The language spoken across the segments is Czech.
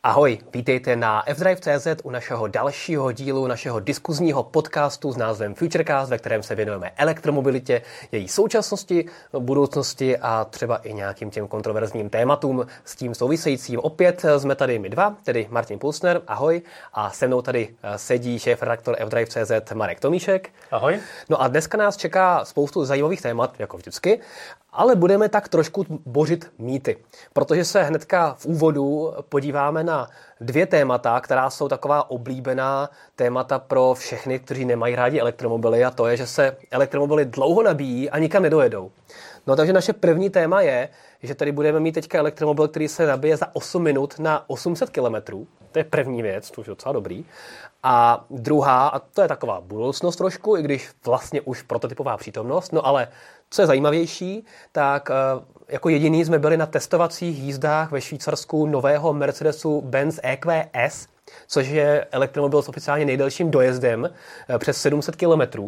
Ahoj, vítejte na fdrive.cz u našeho dalšího dílu našeho diskuzního podcastu s názvem Futurecast, ve kterém se věnujeme elektromobilitě, její současnosti, budoucnosti a třeba i nějakým těm kontroverzním tématům s tím souvisejícím. Opět jsme tady my dva, tedy Martin Pulsner, ahoj, a se mnou tady sedí šéf-redaktor fdrive.cz Marek Tomíšek. Ahoj. No a dneska nás čeká spoustu zajímavých témat, jako vždycky, ale budeme tak trošku bořit mýty, protože se hnedka v úvodu podíváme na dvě témata, která jsou taková oblíbená témata pro všechny, kteří nemají rádi elektromobily, a to je, že se elektromobily dlouho nabíjí a nikam nedojedou. No takže naše první téma je, že tady budeme mít teďka elektromobil, který se nabije za 8 minut na 800 km. To je první věc, to je docela dobrý. A druhá, a to je taková budoucnost trošku, i když vlastně už prototypová přítomnost, no ale co je zajímavější, tak jako jediný jsme byli na testovacích jízdách ve Švýcarsku nového Mercedesu Benz EQS, což je elektromobil s oficiálně nejdelším dojezdem přes 700 km.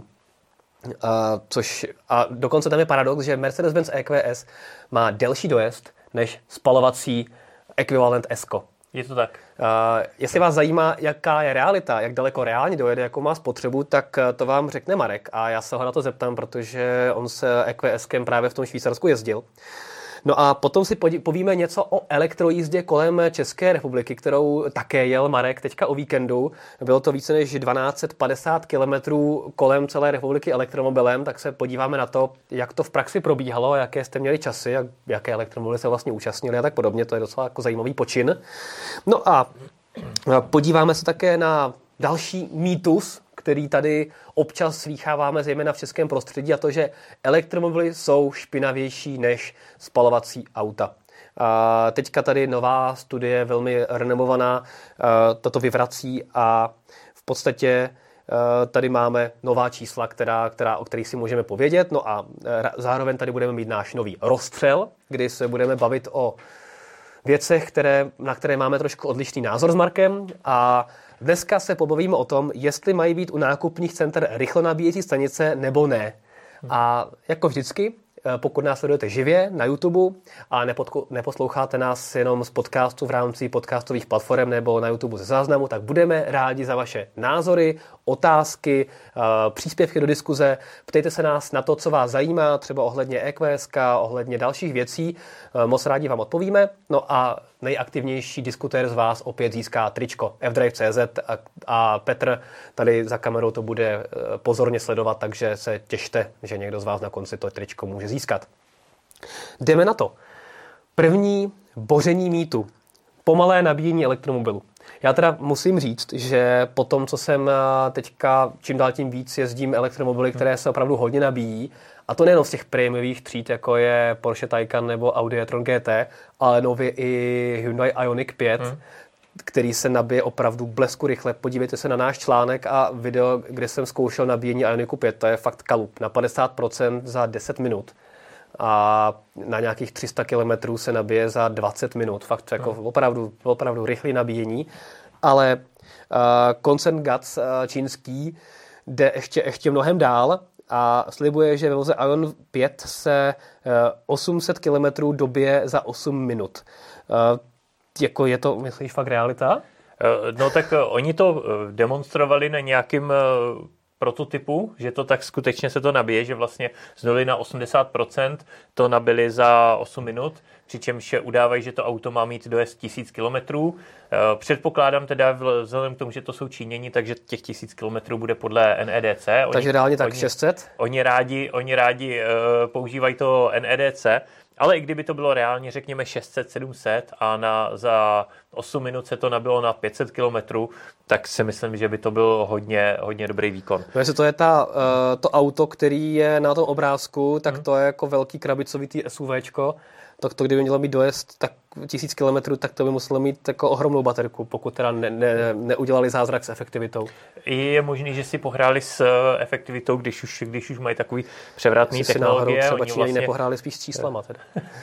A dokonce tam je paradox, že Mercedes-Benz EQS má delší dojezd než spalovací ekvivalent S-ko. Je to tak. Jestli vás zajímá, jaká je realita, jak daleko reálně dojede, jakou má spotřebu, tak to vám řekne Marek a já se ho na to zeptám, protože on se EQS-kem právě v tom Švýcarsku jezdil. No a potom si povíme něco o elektrojízdě kolem České republiky, kterou také jel Marek teďka o víkendu. Bylo to více než 1250 kilometrů kolem celé republiky elektromobilem, tak se podíváme na to, jak to v praxi probíhalo, jaké jste měli časy, jaké elektromobily se vlastně účastnili a tak podobně. To je docela jako zajímavý počin. No a podíváme se také na další mýtus, který tady občas slýcháváme zejména v českém prostředí, a to, že elektromobily jsou špinavější než spalovací auta. Teďka tady nová studie, velmi renomovaná, toto vyvrací a v podstatě tady máme nová čísla, o kterých si můžeme povědět. No a zároveň tady budeme mít náš nový rozstřel, kdy se budeme bavit o věcech, na které máme trošku odlišný názor s Markem, a dneska se pobavíme o tom, jestli mají být u nákupních center rychlonabíjecí stanice nebo ne. A jako vždycky, pokud nás sledujete živě na YouTube a neposloucháte nás jenom z podcastu v rámci podcastových platform nebo na YouTube ze záznamu, tak budeme rádi za vaše názory, otázky, příspěvky do diskuze. Ptejte se nás na to, co vás zajímá, třeba ohledně EQS, ohledně dalších věcí. Moc rádi vám odpovíme. No a nejaktivnější diskutér z vás opět získá tričko fdrive.cz a Petr tady za kamerou to bude pozorně sledovat, takže se těšte, že někdo z vás na konci to tričko může získat. Jdeme na to. První boření mýtu. Pomalé nabíjení elektromobilu. Já teda musím říct, že po tom, co jsem teďka čím dál tím víc jezdím elektromobily, které se opravdu hodně nabíjí, a to nejen z těch prémiových tříd, jako je Porsche Taycan nebo Audi e-tron GT, ale nově i Hyundai Ioniq 5, který se nabije opravdu blesku rychle. Podívejte se na náš článek a video, kde jsem zkoušel nabíjení Ioniqu 5. To je fakt kalup. Na 50% za 10 minut. A na nějakých 300 kilometrů se nabije za 20 minut. Fakt jako opravdu rychlé nabíjení. Ale koncern GAC čínský jde ještě mnohem dál a slibuje, že ve voze Ion 5 se 800 kilometrů dobije za 8 minut. Jako je to, myslíš, fakt realita? No tak oni to demonstrovali na nějakým prototypu, že to tak skutečně se to nabije, že vlastně z 0 na 80% to nabili za 8 minut, přičemž udávají, že to auto má mít dojezd 1000 kilometrů. Předpokládám teda vzhledem k tomu, že to jsou Číňani, takže těch 1000 kilometrů bude podle NEDC. Takže reálně tak 600? Oni rádi používají to NEDC, ale i kdyby to bylo reálně, řekněme 600, 700 a za 8 minut se to nabilo na 500 kilometrů, tak si myslím, že by to byl hodně dobrý výkon. No, jestli to je to auto, který je na tom obrázku, tak to je jako velký krabicovitý SUVčko. To kdyby mělo mít dojezd tak 1000 kilometrů, tak to by muselo mít jako ohromnou baterku, pokud teda neudělali zázrak s efektivitou. Je možný, že si pohráli s efektivitou, když už mají takový převratný technologie. Si náhodou třeba nepohráli spíš s číslama. Teda.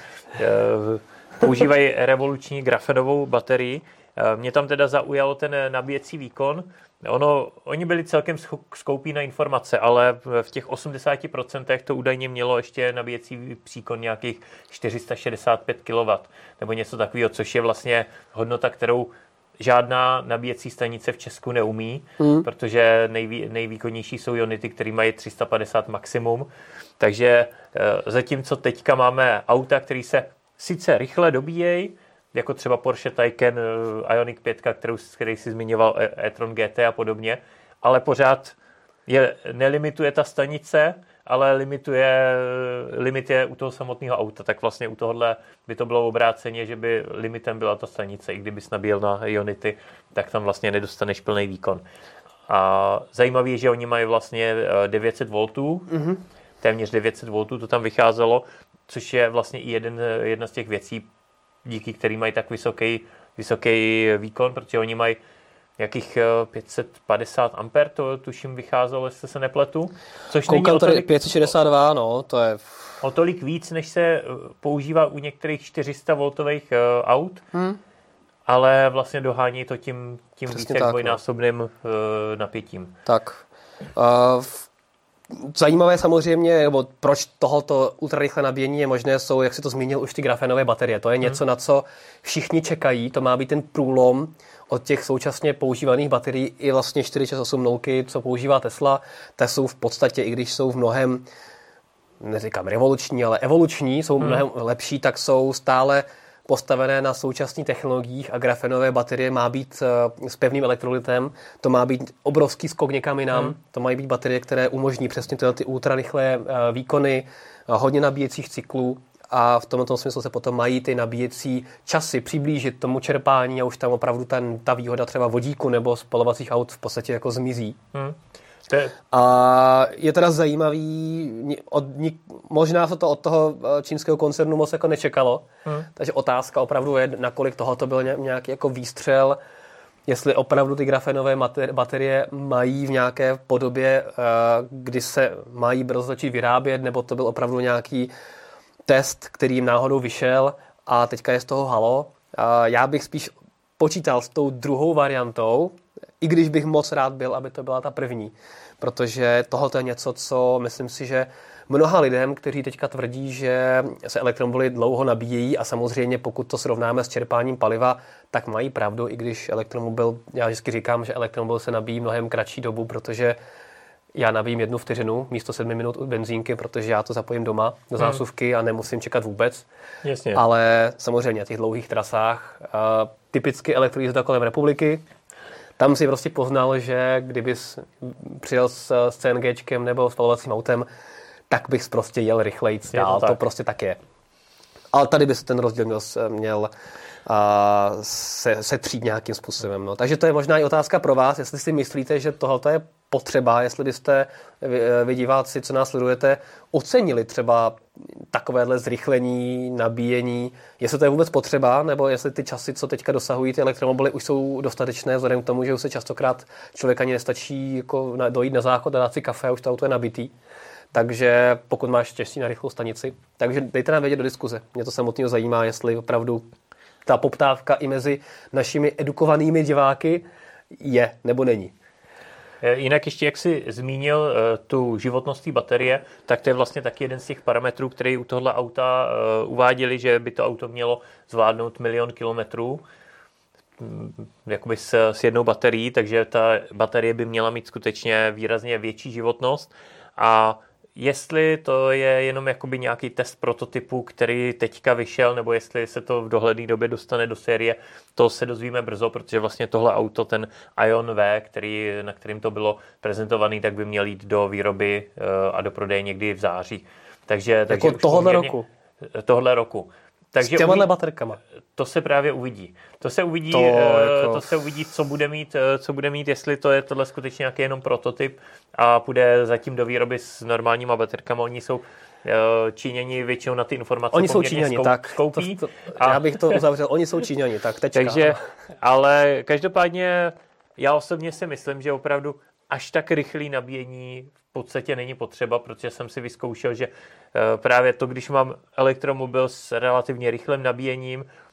Používají revoluční grafenovou baterii. Mě tam teda zaujalo ten nabíjecí výkon. Oni byli celkem skoupí na informace, ale v těch 80% to údajně mělo ještě nabíjecí příkon nějakých 465 kW nebo něco takového, což je vlastně hodnota, kterou žádná nabíjecí stanice v Česku neumí, protože nejvýkonnější jsou Ionity, které mají 350 maximum. Takže zatímco teďka máme auta, které se sice rychle dobíjejí, jako třeba Porsche Taycan, Ioniq 5, který si zmiňoval, e-tron GT a podobně, ale pořád nelimituje ta stanice, ale limit je u toho samotného auta. Tak vlastně u tohohle by to bylo obráceně, že by limitem byla ta stanice. I kdybys nabíjel na Ionity, tak tam vlastně nedostaneš plný výkon. A zajímavé je, že oni mají vlastně 900 V, téměř 900 V to tam vycházelo, což je vlastně i jedna z těch věcí, díky který mají tak vysoký výkon, protože oni mají jakých 550 ampere, to tuším vycházelo, jestli se nepletu. Což koukám tady 562, no, to je... O tolik víc, než se používá u některých 400 voltových aut, ale vlastně dohání to tím více dvojnásobným napětím. Tak. Zajímavé samozřejmě, nebo proč tohoto ultrarychlé nabíjení je možné, jsou, jak si to zmínil, už ty grafenové baterie. To je něco, na co všichni čekají. To má být ten průlom od těch současně používaných baterií i vlastně 4680, co používá Tesla, tak jsou v podstatě, i když jsou v mnohem, neříkám revoluční, ale evoluční, jsou mnohem lepší, tak jsou stále postavené na současných technologiích a grafenové baterie má být s pevným elektrolytem, to má být obrovský skok někam jinam, to mají být baterie, které umožní přesně tyhle ty ultrarychlé výkony, hodně nabíjecích cyklů a v tomto smyslu se potom mají ty nabíjecí časy přiblížit tomu čerpání a už tam opravdu ta výhoda třeba vodíku nebo spalovacích aut v podstatě jako zmizí. A je teda zajímavý, možná se to od toho čínského koncernu moc jako nečekalo, takže otázka opravdu je, nakolik tohoto byl nějaký jako výstřel, jestli opravdu ty grafenové baterie mají v nějaké podobě, kdy se mají brzo začít vyrábět, nebo to byl opravdu nějaký test, který jim náhodou vyšel a teďka je z toho halo. Já bych spíš počítal s tou druhou variantou, i když bych moc rád byl, aby to byla ta první. Protože tohle je něco, co myslím si, že mnoha lidem, kteří teďka tvrdí, že se elektromobily dlouho nabíjejí a samozřejmě pokud to srovnáme s čerpáním paliva, tak mají pravdu, i když elektromobil, já vždycky říkám, že elektromobil se nabíjí mnohem kratší dobu, protože já nabíjím 1 vteřinu místo 7 minut u benzínky, protože já to zapojím doma do zásuvky a nemusím čekat vůbec. Jasně. Ale samozřejmě na těch dlouhých trasách, typicky elektrojízda kolem republiky, tam si prostě poznal, že kdybys přijel s CNGčkem nebo spalovacím autem, tak bych prostě jel rychlejc. To prostě tak je. Ale tady by se ten rozdíl měl se třít nějakým způsobem. No. Takže to je možná i otázka pro vás, jestli si myslíte, že tohle je potřeba, jestli byste vy diváci, co nás sledujete, ocenili třeba takovéhle zrychlení, nabíjení, jestli to je vůbec potřeba, nebo jestli ty časy, co teďka dosahují ty elektromobily, už jsou dostatečné vzhledem k tomu, že už se častokrát člověk ani nestačí jako dojít na záchod a dát si kafe a už to auto je nabitý. Takže pokud máš štěstí na rychlou stanici, takže dejte nám vědět do diskuze. Mě to samotného zajímá, jestli opravdu ta poptávka i mezi našimi edukovanými diváky je nebo není. Jinak ještě, jak jsi zmínil tu životnost té baterie, tak to je vlastně taky jeden z těch parametrů, který u tohle auta uváděli, že by to auto mělo zvládnout 1 000 000 kilometrů jakoby s jednou baterií, takže ta baterie by měla mít skutečně výrazně větší životnost. A jestli to je jenom jakoby nějaký test prototypu, který teďka vyšel, nebo jestli se to v dohledné době dostane do série, to se dozvíme brzo, protože vlastně tohle auto, ten Ion V, na kterým to bylo prezentovaný, tak by měl jít do výroby a do prodeje někdy v září. Takže jako tohle roku. Takže s těmahle baterkama. To se právě uvidí. To se uvidí, co bude mít, jestli to je tohle skutečně nějaký jenom prototyp a půjde zatím do výroby s normálníma baterkama. Oni jsou Číňani většinou na ty informace oni jsou Číňani, tak koupí. Já bych to uzavřel. Oni jsou Číňani, tak tečka. Takže, ale každopádně já osobně si myslím, že opravdu až tak rychlý nabíjení v podstatě není potřeba, protože jsem si vyzkoušel, že právě to, když mám elektromobil s relativně rychlým nabíjením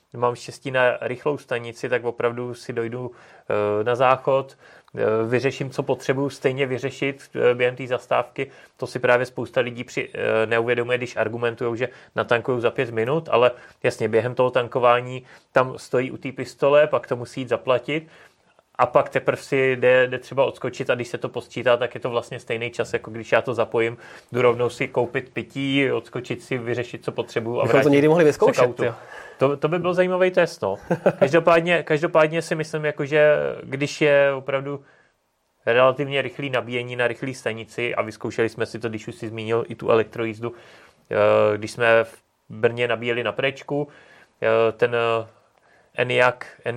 mám štěstí na rychlou stanici, tak opravdu si dojdu na záchod, vyřeším, co potřebuju stejně vyřešit během té zastávky. To si právě spousta lidí neuvědomuje, když argumentují, že natankují za 5 minut, ale jasně, během toho tankování tam stojí u té pistole, pak to musí jít zaplatit a pak teprve si jde třeba odskočit a když se to posčítá, tak je to vlastně stejný čas, jako když já to zapojím, jdu rovnou si koupit pití, odskočit si, vyřešit, co potřebuju a bychom to někdy mohli vyzkoušet. To by byl zajímavý test, no. Každopádně si myslím, jako, že když je opravdu relativně rychlý nabíjení na rychlé stanici a vyzkoušeli jsme si to, když už si zmínil i tu elektrojízdu, když jsme v Brně nabíjeli na Prčku, ten ENIAC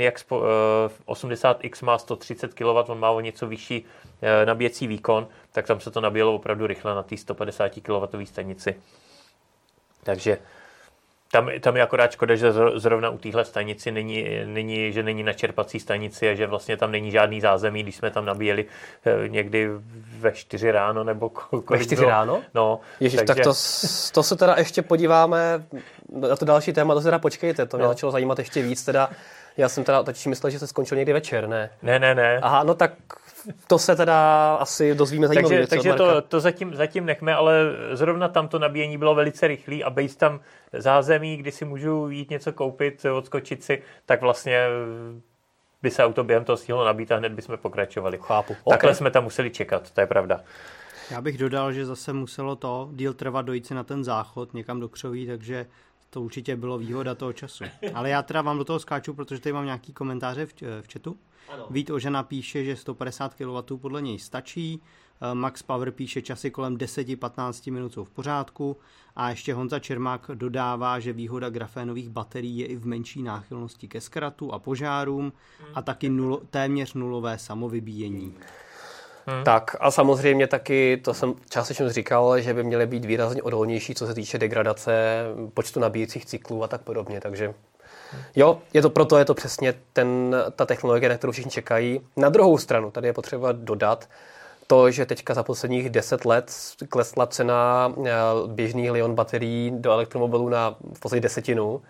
80X má 130 kW, on má o něco vyšší nabíjecí výkon, tak tam se to nabíjelo opravdu rychle na té 150 kW stanici. Takže tam je akorát škoda, že zrovna u téhle stanici není na čerpací stanici a že vlastně tam není žádný zázemí, když jsme tam nabíjeli někdy ve 4 ráno nebo kolik. Ve 4 ráno? No. Ježiš, takže... tak to se teda ještě podíváme na to další téma, to se teda počkejte, to mě začalo zajímat ještě víc, teda já jsem teda totiž myslel, že se skončil někdy večer, ne? Ne. Aha, no tak to se teda asi dozvíme zajímavé věci. Takže to zatím nechme, ale zrovna tam to nabíjení bylo velice rychlý a být tam zázemí, kdy si můžu jít něco koupit, odskočit si, tak vlastně by se auto během toho stihlo nabít a hned bychom pokračovali. Chápu. Takhle jsme tam museli čekat, to je pravda. Já bych dodal, že zase muselo to díl trvat dojít si na ten záchod někam do křoví, takže to určitě bylo výhoda toho času. Ale já teda vám do toho skáču, protože tady mám nějaký komentáře v chatu. Ano. Vít Ožena píše, že 150 kW podle něj stačí. Max Power píše, časy kolem 10-15 minut jsou v pořádku. A ještě Honza Čermák dodává, že výhoda grafénových baterií je i v menší náchylnosti ke zkratu a požárům a taky téměř nulové samovybíjení. Tak a samozřejmě taky, to jsem částečně říkal, že by měly být výrazně odolnější, co se týče degradace, počtu nabíjecích cyklů a tak podobně, takže jo, proto je to přesně ta technologie, na kterou všichni čekají. Na druhou stranu, tady je potřeba dodat to, že teďka za posledních 10 let klesla cena běžných Li-ion baterií do elektromobilů na v podstatě 10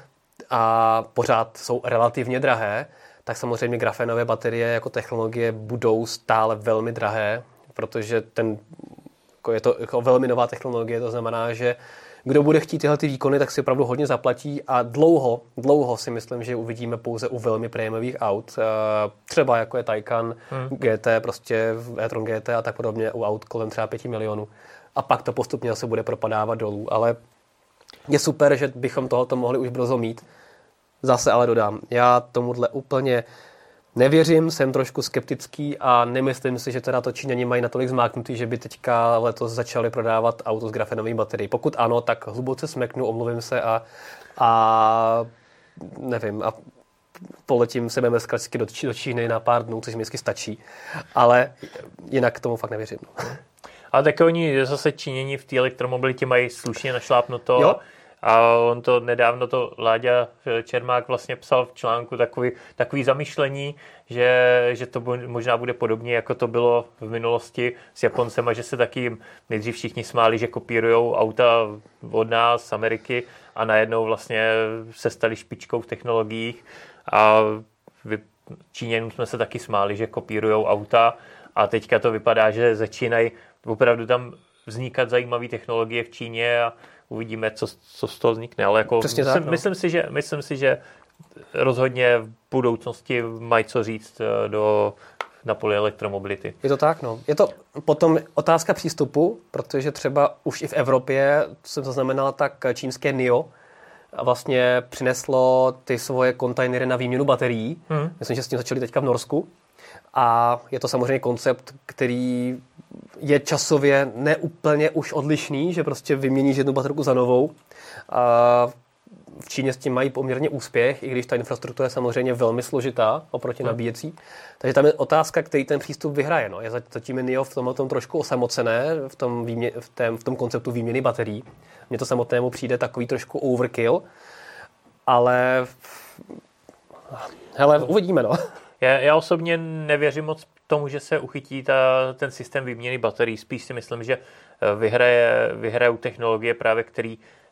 a pořád jsou relativně drahé, tak samozřejmě grafénové baterie jako technologie budou stále velmi drahé, protože je to jako velmi nová technologie, to znamená, že kdo bude chtít tyhle výkony, tak si opravdu hodně zaplatí a dlouho si myslím, že uvidíme pouze u velmi prémiových aut, třeba jako je Taycan, GT, prostě e-tron GT a tak podobně, u aut kolem třeba 5 milionů. A pak to postupně zase bude propadávat dolů, ale je super, že bychom tohoto mohli už brzo mít. Zase ale dodám, já tomuhle úplně nevěřím, jsem trošku skeptický a nemyslím si, že teda to Číňani mají natolik zmáknutý, že by teďka letos začali prodávat auto s grafenovými baterií. Pokud ano, tak hluboce smeknu, omluvím se a nevím, a poletím se bezkračsky do Číny na pár dnů, což mi vždycky stačí, ale jinak tomu fakt nevěřím. Ale také oni zase Číňani v té elektromobilitě mají slušně našlápnuto. Jo? A on to nedávno, Láďa Čermák vlastně psal v článku takový zamyšlení, že to možná bude podobně, jako to bylo v minulosti s Japoncem a že se taky nejdřív všichni smáli, že kopírujou auta od nás z Ameriky a najednou vlastně se stali špičkou v technologiích a Číňanům jsme se taky smáli, že kopírujou auta a teďka to vypadá, že začínají opravdu tam vznikat zajímavé technologie v Číně a uvidíme, co z toho vznikne, ale jako myslím si, že rozhodně v budoucnosti mají co říct na poli elektromobility. Je to tak, no. Je to potom otázka přístupu, protože třeba už i v Evropě, co jsem zaznamenal, tak čínské NIO vlastně přineslo ty svoje kontejnery na výměnu baterií. Myslím, že s tím začali teďka v Norsku. A je to samozřejmě koncept, který je časově neúplně už odlišný, že prostě vyměníš jednu baterku za novou. A v Číně s tím mají poměrně úspěch, i když ta infrastruktura je samozřejmě velmi složitá oproti nabíjecí. Takže tam je otázka, který ten přístup vyhraje. No. Je zatím NIO v tom trošku osamocené, v tom konceptu výměny baterií. Mně to samotnému přijde takový trošku overkill, ale hele, uvidíme, no. Já osobně nevěřím moc tomu, že se uchytí ten systém výměny baterií. Spíš si myslím, že vyhrajou technologie právě, který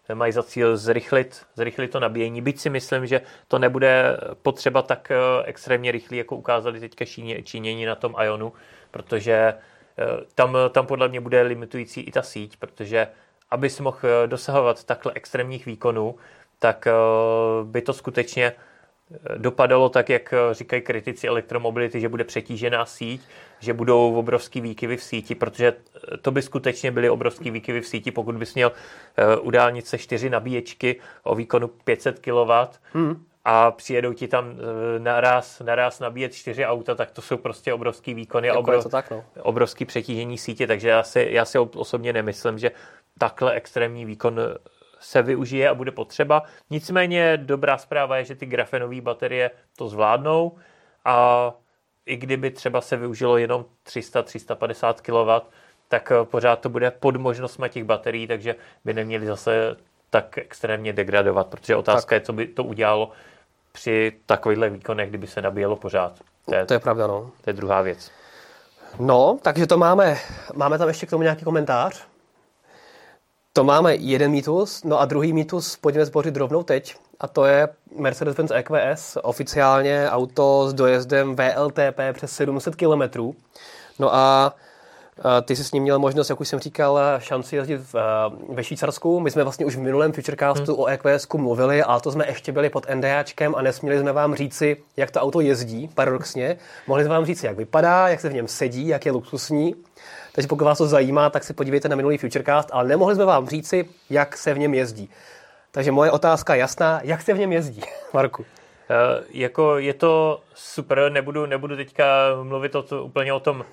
mají za cíl zrychlit to nabíjení. Byť si myslím, že to nebude potřeba tak extrémně rychlý, jako ukázali teďka Číňani na tom Ionu, protože tam podle mě bude limitující i ta síť, protože abys mohl dosahovat takhle extrémních výkonů, tak by to skutečně dopadalo tak, jak říkají kritici elektromobility, že bude přetížená síť, že budou obrovský výkyvy v síti, protože to by skutečně byly obrovský výkyvy v síti, pokud bys měl u dálnice 4 nabíječky o výkonu 500 kW a přijedou ti tam naraz nabíjet 4 auta, tak to jsou prostě obrovský výkony a obrovský přetížení sítě, takže já si osobně nemyslím, že takhle extrémní výkon se využije a bude potřeba. Nicméně dobrá zpráva je, že ty grafenové baterie to zvládnou a i kdyby třeba se využilo jenom 300-350 kW, tak pořád to bude pod možnostma těch baterií, takže by neměli zase tak extrémně degradovat, protože otázka je, co by to udělalo při takovýchhle výkonech, kdyby se nabíjelo pořád. To je pravda, no. To je druhá věc. No, takže to máme tam ještě k tomu nějaký komentář? To máme jeden mýtus, no a druhý mýtus pojďme zbořit rovnou teď, a to je Mercedes-Benz EQS, oficiálně auto s dojezdem VLTP přes 700 km. No a ty jsi s ním měl možnost, jak už jsem říkal, šanci jezdit ve Švýcarsku. My jsme vlastně už v minulém Futurecastu o EQSku mluvili, ale to jsme ještě byli pod NDAčkem a nesměli jsme vám říci, jak to auto jezdí, paradoxně. Mohli jsme vám říci, jak vypadá, jak se v něm sedí, jak je luxusní. Takže pokud vás to zajímá, tak si podívejte na minulý Futurecast, ale nemohli jsme vám říci, jak se v něm jezdí. Takže moje otázka je jasná, jak se v něm jezdí, Marku? Jako je to super, nebudu teďka mluvit úplně o tom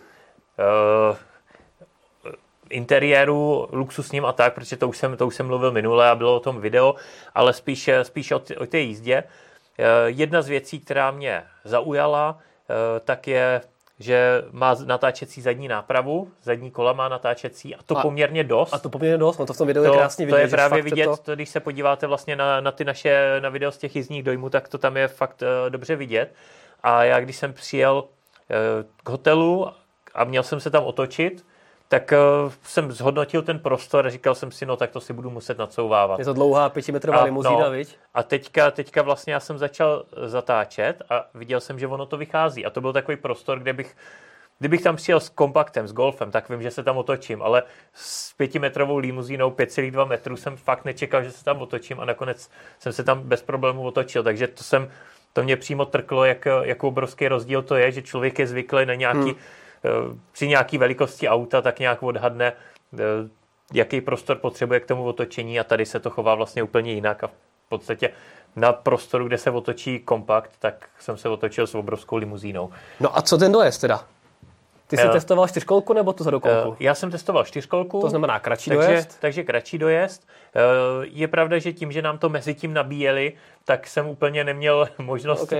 interiéru luxusním a tak, protože to už jsem mluvil minule a bylo o tom video, ale spíš o té jízdě. Jedna z věcí, která mě zaujala, tak je, že má natáčecí zadní nápravu, zadní kola má natáčecí a to poměrně dost. A to poměrně dost, no to v tom videu je krásně vidět. To je právě vidět, když se podíváte vlastně na ty naše na video z těch jízdních dojmů, tak to tam je fakt dobře vidět. A já když jsem přijel k hotelu a měl jsem se tam otočit, tak jsem zhodnotil ten prostor a říkal jsem si, no tak to si budu muset nacouvávat. Je to dlouhá 5metrová limuzína, viď? A teďka vlastně já jsem začal zatáčet a viděl jsem, že ono to vychází. A to byl takový prostor, kdybych tam přijel s kompaktem, s Golfem, tak vím, že se tam otočím, ale s 5metrovou limuzínou 5,2 metru jsem fakt nečekal, že se tam otočím a nakonec jsem se tam bez problémů otočil. Takže to mě přímo trklo, jak obrovský rozdíl to je, že člověk je zvyklý na nějaký při nějaké velikosti auta tak nějak odhadne, jaký prostor potřebuje k tomu otočení a tady se to chová vlastně úplně jinak a v podstatě na prostoru, kde se otočí kompakt, tak jsem se otočil s obrovskou limuzínou. No a co ten dojezd teda? Ty jsi testoval 4kolku nebo tu zadokolku? Já jsem testoval 4kolku. To znamená kratší dojezd? Takže kratší dojezd. Je pravda, že tím, že nám to mezi tím nabíjeli, tak jsem úplně neměl možnost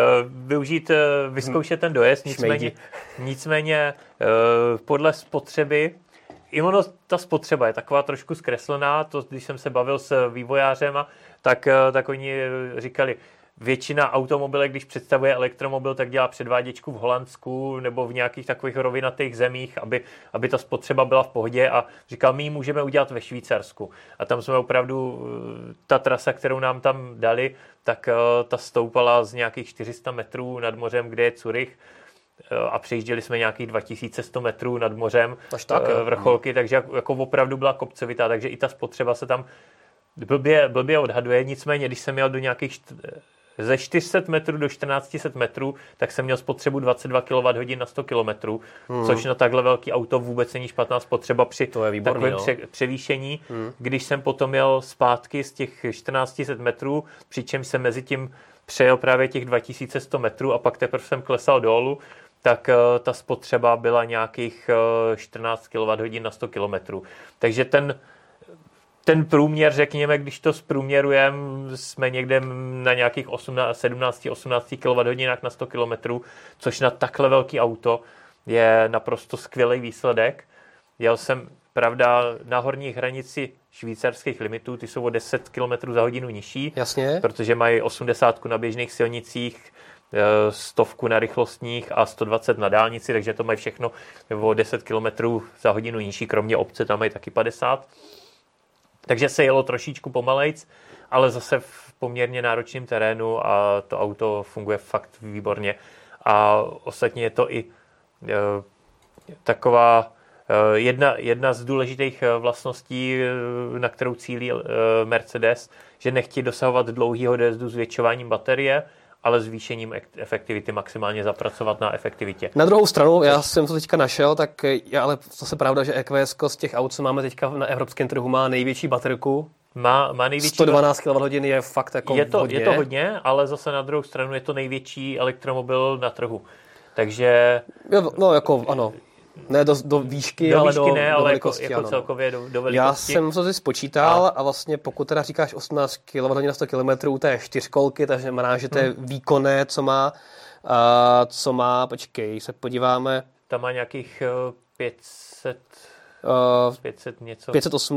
vyzkoušet ten dojezd. Nicméně podle spotřeby, ta spotřeba je taková trošku zkreslená. To, když jsem se bavil s vývojářem, tak oni říkali, většina automobilek, když představuje elektromobil, tak dělá předváděčku v Holandsku nebo v nějakých takových rovinatých zemích, aby ta spotřeba byla v pohodě a říkal, my ji můžeme udělat ve Švýcarsku. A tam jsme opravdu, ta trasa, kterou nám tam dali, tak ta stoupala z nějakých 400 metrů nad mořem, kde je Curych a přejížděli jsme nějakých 2100 metrů nad mořem vrcholky, takže jako opravdu byla kopcovitá, takže i ta spotřeba se tam blbě odhaduje. Nicméně, když jsem měl do nějakých ze 400 metrů do 1400 metrů, tak jsem měl spotřebu 22 kWh na 100 km, což na takhle velký auto vůbec není špatná spotřeba při takovém převýšení. Když jsem potom jel zpátky z těch 1400 metrů, přičemž jsem mezi tím přejel právě těch 2100 metrů a pak teprve jsem klesal dolů, tak ta spotřeba byla nějakých 14 kWh na 100 km. Takže ten průměr, řekněme, když to zprůměrujeme, jsme někde na nějakých 17-18 kWh na 100 km, což na takhle velký auto je naprosto skvělý výsledek. Jel jsem, pravda, na horní hranici švýcarských limitů, ty jsou o 10 km za hodinu nižší, jasně, protože mají 80 na běžných silnicích, 100 na rychlostních a 120 na dálnici, takže to mají všechno o 10 km za hodinu nižší, kromě obce, tam mají taky 50. Takže se jelo trošičku pomalejc, ale zase v poměrně náročném terénu a to auto funguje fakt výborně. A ostatně je to i taková jedna z důležitých vlastností, na kterou cílí Mercedes, že nechtějí dosahovat dlouhého dojezdu zvětšováním baterie, ale zvýšením efektivity, maximálně zapracovat na efektivitě. Na druhou stranu, já jsem to teďka našel, tak je ale zase pravda, že EQS z těch aut, co máme teďka na evropském trhu, má největší baterku. Má největší 112 kWh je fakt jako hodně. Je to hodně, ale zase na druhou stranu je to největší elektromobil na trhu. Takže... No jako ano. Ne do výšky, ale do velikosti. Jako celkově do velikosti. Já jsem to si spočítal a vlastně pokud teda říkáš 18 kWh na 100 km, to je 4kolky, takže znamená, že to je výkonné, co má, počkej, se podíváme. Tam má nějakých 500 něco.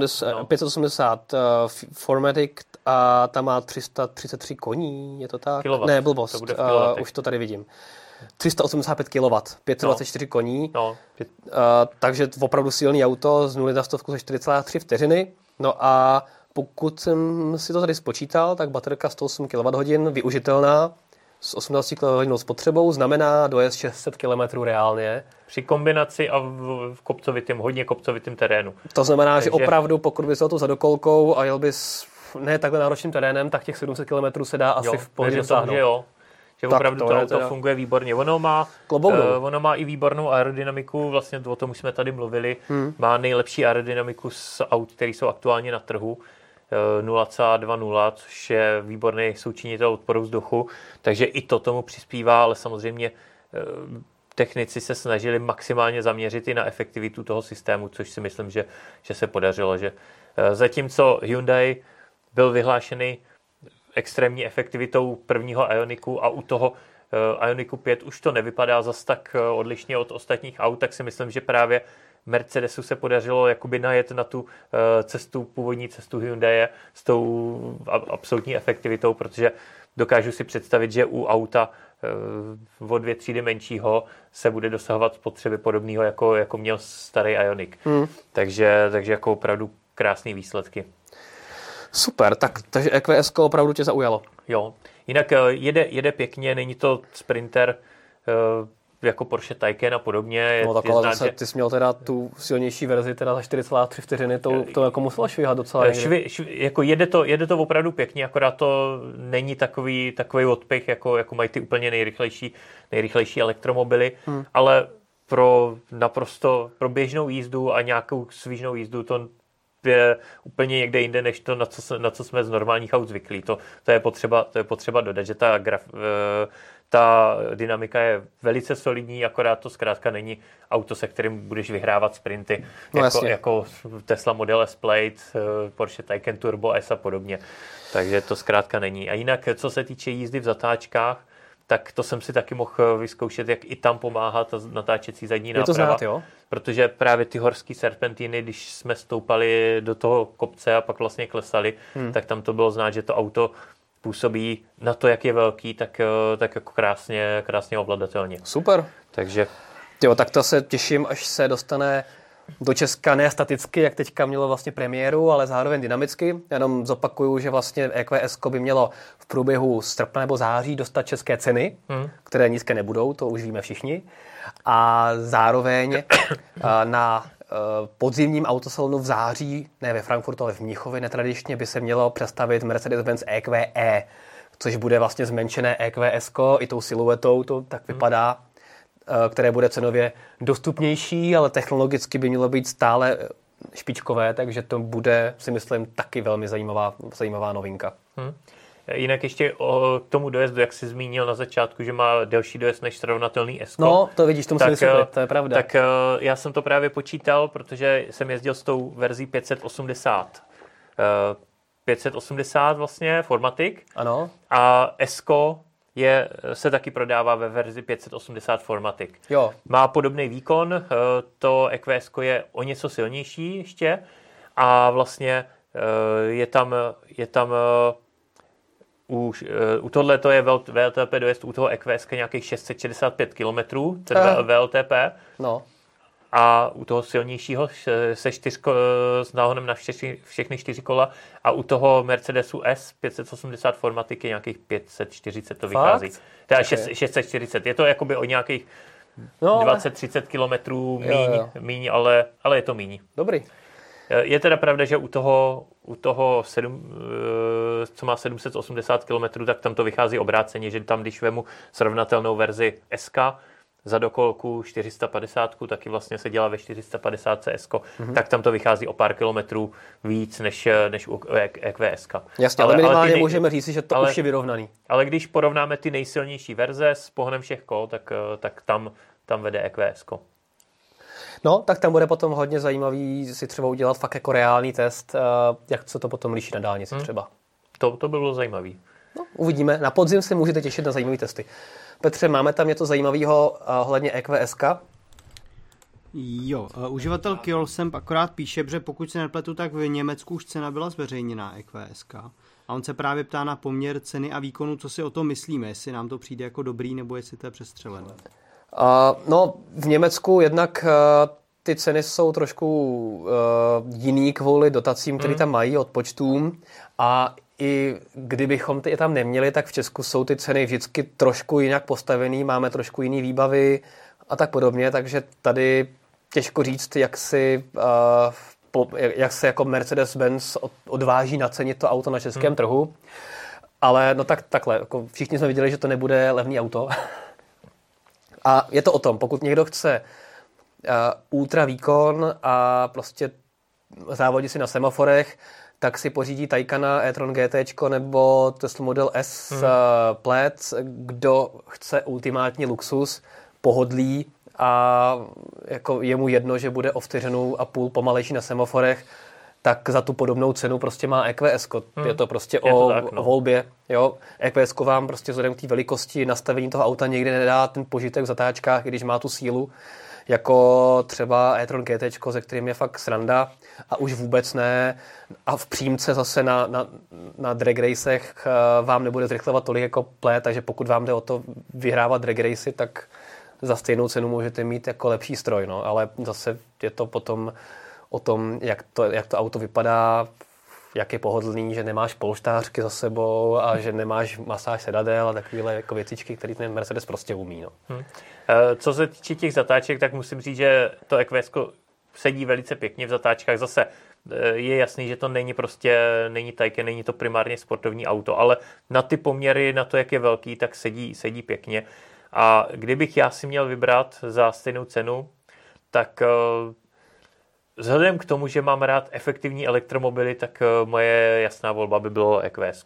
580 Formatic a tam má 333 koní, je to tak? Kilowatt. Ne, blbost, už to tady vidím. 385 kW, 524 koní, takže opravdu silný auto z 0 na 100 za 4,3 vteřiny. No a pokud jsem si to tady spočítal, tak baterka 108 kWh využitelná s 18 kWh spotřebou znamená dojezd 600 km reálně. Při kombinaci a v hodně kopcovitým terénu. To znamená, že opravdu pokud bys jel tu za dokolkou a jel bys ne takhle náročným terénem, tak těch 700 km se dá asi v pohodě dosáhnout. Že opravdu to auto funguje výborně. Ono má i výbornou aerodynamiku, vlastně o tom už jsme tady mluvili. Má nejlepší aerodynamiku z aut, které jsou aktuálně na trhu. 0,20, což je výborný součinitel odporu vzduchu. Takže i to tomu přispívá, ale samozřejmě technici se snažili maximálně zaměřit i na efektivitu toho systému, což si myslím, že se podařilo. Že zatímco Hyundai byl vyhlášený extrémní efektivitou prvního Ioniqu a u toho Ioniqu 5 už to nevypadá zas tak odlišně od ostatních aut, tak si myslím, že právě Mercedesu se podařilo jakoby najet na tu původní cestu Hyundai s tou absolutní efektivitou, protože dokážu si představit, že u auta o 2 třídy menšího se bude dosahovat spotřeby podobného, jako měl starý Ioniq. Takže jako opravdu krásné výsledky. Super, takže EQS opravdu tě zaujalo. Jo, jinak jede pěkně, není to sprinter jako Porsche Taycan a podobně. No tak ale zase ty jsi měl teda tu silnější verzi teda za 4,3 vteřiny, to jako muselo švihat docela. Jako jede to opravdu pěkně, akorát to není takový odpych, jako mají ty úplně nejrychlejší elektromobily, ale pro běžnou jízdu a nějakou svížnou jízdu to je úplně někde jinde, než to, na co jsme z normálních aut zvyklí. To je potřeba dodat, že ta dynamika je velice solidní, akorát to zkrátka není auto, se kterým budeš vyhrávat sprinty, jako Tesla Model S Plaid, Porsche Taycan Turbo S a podobně. Takže to zkrátka není. A jinak, co se týče jízdy v zatáčkách, tak to jsem si taky mohl vyzkoušet, jak i tam pomáhá ta natáčecí zadní náprava. Je to znát, jo? Protože právě ty horský serpentiny, když jsme stoupali do toho kopce a pak vlastně klesali, tak tam to bylo znát, že to auto působí na to, jak je velký, tak jako krásně ovladatelně. Super. Takže... Jo, tak to se těším, až se dostane do Česka ne staticky, jak teďka mělo vlastně premiéru, ale zároveň dynamicky. Jenom zopakuju, že vlastně EQS by mělo v průběhu srpna nebo září dostat české ceny, které nízké nebudou, to už víme všichni. A zároveň na podzimním autosalonu v září, ne ve Frankfurtu, ale v Mnichově netradičně by se mělo představit Mercedes-Benz EQE, což bude vlastně zmenšené EQS, i tou siluetou to tak vypadá, které bude cenově dostupnější, ale technologicky by mělo být stále špičkové, takže to bude, si myslím, taky velmi zajímavá novinka. Jinak ještě k tomu dojezdu, jak jsi zmínil na začátku, že má delší dojezd než srovnatelný S. No, to vidíš, to musím vysvětlit, to je pravda. Tak já jsem to právě počítal, protože jsem jezdil s tou verzí 580. 580 vlastně, Formatic. Ano. A S se taky prodává ve verzi 580 Formatic. Jo. Má podobný výkon, to EQS je o něco silnější ještě a vlastně je tam u tohle to je VLTP dojezd u toho EQS nějakých 665 km, ten VLTP. No. a u toho silnějšího s náhonem na všechny 4 kola a u toho Mercedesu S 580 Formatic je nějakých 540 to vychází. Teda 640. Je to jakoby o nějakých 20-30 kilometrů míň, ale je to míň. Dobrý. Je teda pravda, že u toho co má 780 km, tak tam to vychází obráceně, že tam, když vemu srovnatelnou verzi SK za dokolku 450, taky vlastně se dělá ve 450 SK, tak tam to vychází o pár kilometrů víc než u EQS. Jasně, ale minimálně můžeme říct, že to už je vyrovnaný. Ale když porovnáme ty nejsilnější verze s pohonem všech kol, tak tam vede EQS. No, tak tam bude potom hodně zajímavý si třeba udělat fakt jako reálný test, jak se to potom liší na dálnici třeba. To by bylo zajímavý. No, uvidíme. Na podzim se můžete těšit na zajímavé testy. Petře, máme tam něco zajímavého ohledně EQSK? Jo, uživatel Kiolsemp akorát píše, že pokud se nepletu, tak v Německu už cena byla zveřejněná EQSK. A on se právě ptá na poměr ceny a výkonu, co si o tom myslíme, jestli nám to přijde jako dobrý, nebo jestli to je přestřelené. No, v Německu jednak ty ceny jsou trošku jiný kvůli dotacím, které tam mají, odpočtům. A i kdybychom je tam neměli, tak v Česku jsou ty ceny vždycky trošku jinak postavený, máme trošku jiný výbavy a tak podobně, takže tady těžko říct, jak se jako Mercedes-Benz odváží nacenit to auto na českém trhu. Ale no takhle, jako všichni jsme viděli, že to nebude levný auto. A je to o tom, pokud někdo chce ultra výkon a prostě závodí si na semaforech, tak si pořídí Taycana e-tron GT nebo Tesla Model S Plaid. Kdo chce ultimátní luxus, pohodlí a jako je mu jedno, že bude o vteřinu a půl pomalejší na semaforech, tak za tu podobnou cenu prostě má EQS. Je to prostě o volbě. Jo? EQS vám prostě vzhledem k té velikosti nastavení toho auta někdy nedá ten požitek v zatáčkách, když má tu sílu, jako třeba e-tron GT, se kterým je fakt sranda a už vůbec ne. A v přímce zase na drag racech vám nebude zrychlovat tolik jako Plaid, takže pokud vám jde o to vyhrávat drag racy, tak za stejnou cenu můžete mít jako lepší stroj. No. Ale zase je to potom o tom, jak to auto vypadá, jak je pohodlný, že nemáš polštářky za sebou a že nemáš masáž sedadel a takovéhle jako věcičky, které ten Mercedes prostě umí. No. Co se týče těch zatáček, tak musím říct, že to EQS sedí velice pěkně v zatáčkách. Zase je jasný, že to není Taycan, není to primárně sportovní auto, ale na ty poměry, na to, jak je velký, tak sedí pěkně. A kdybych já si měl vybrat za stejnou cenu, tak vzhledem k tomu, že mám rád efektivní elektromobily, tak moje jasná volba by bylo EQS.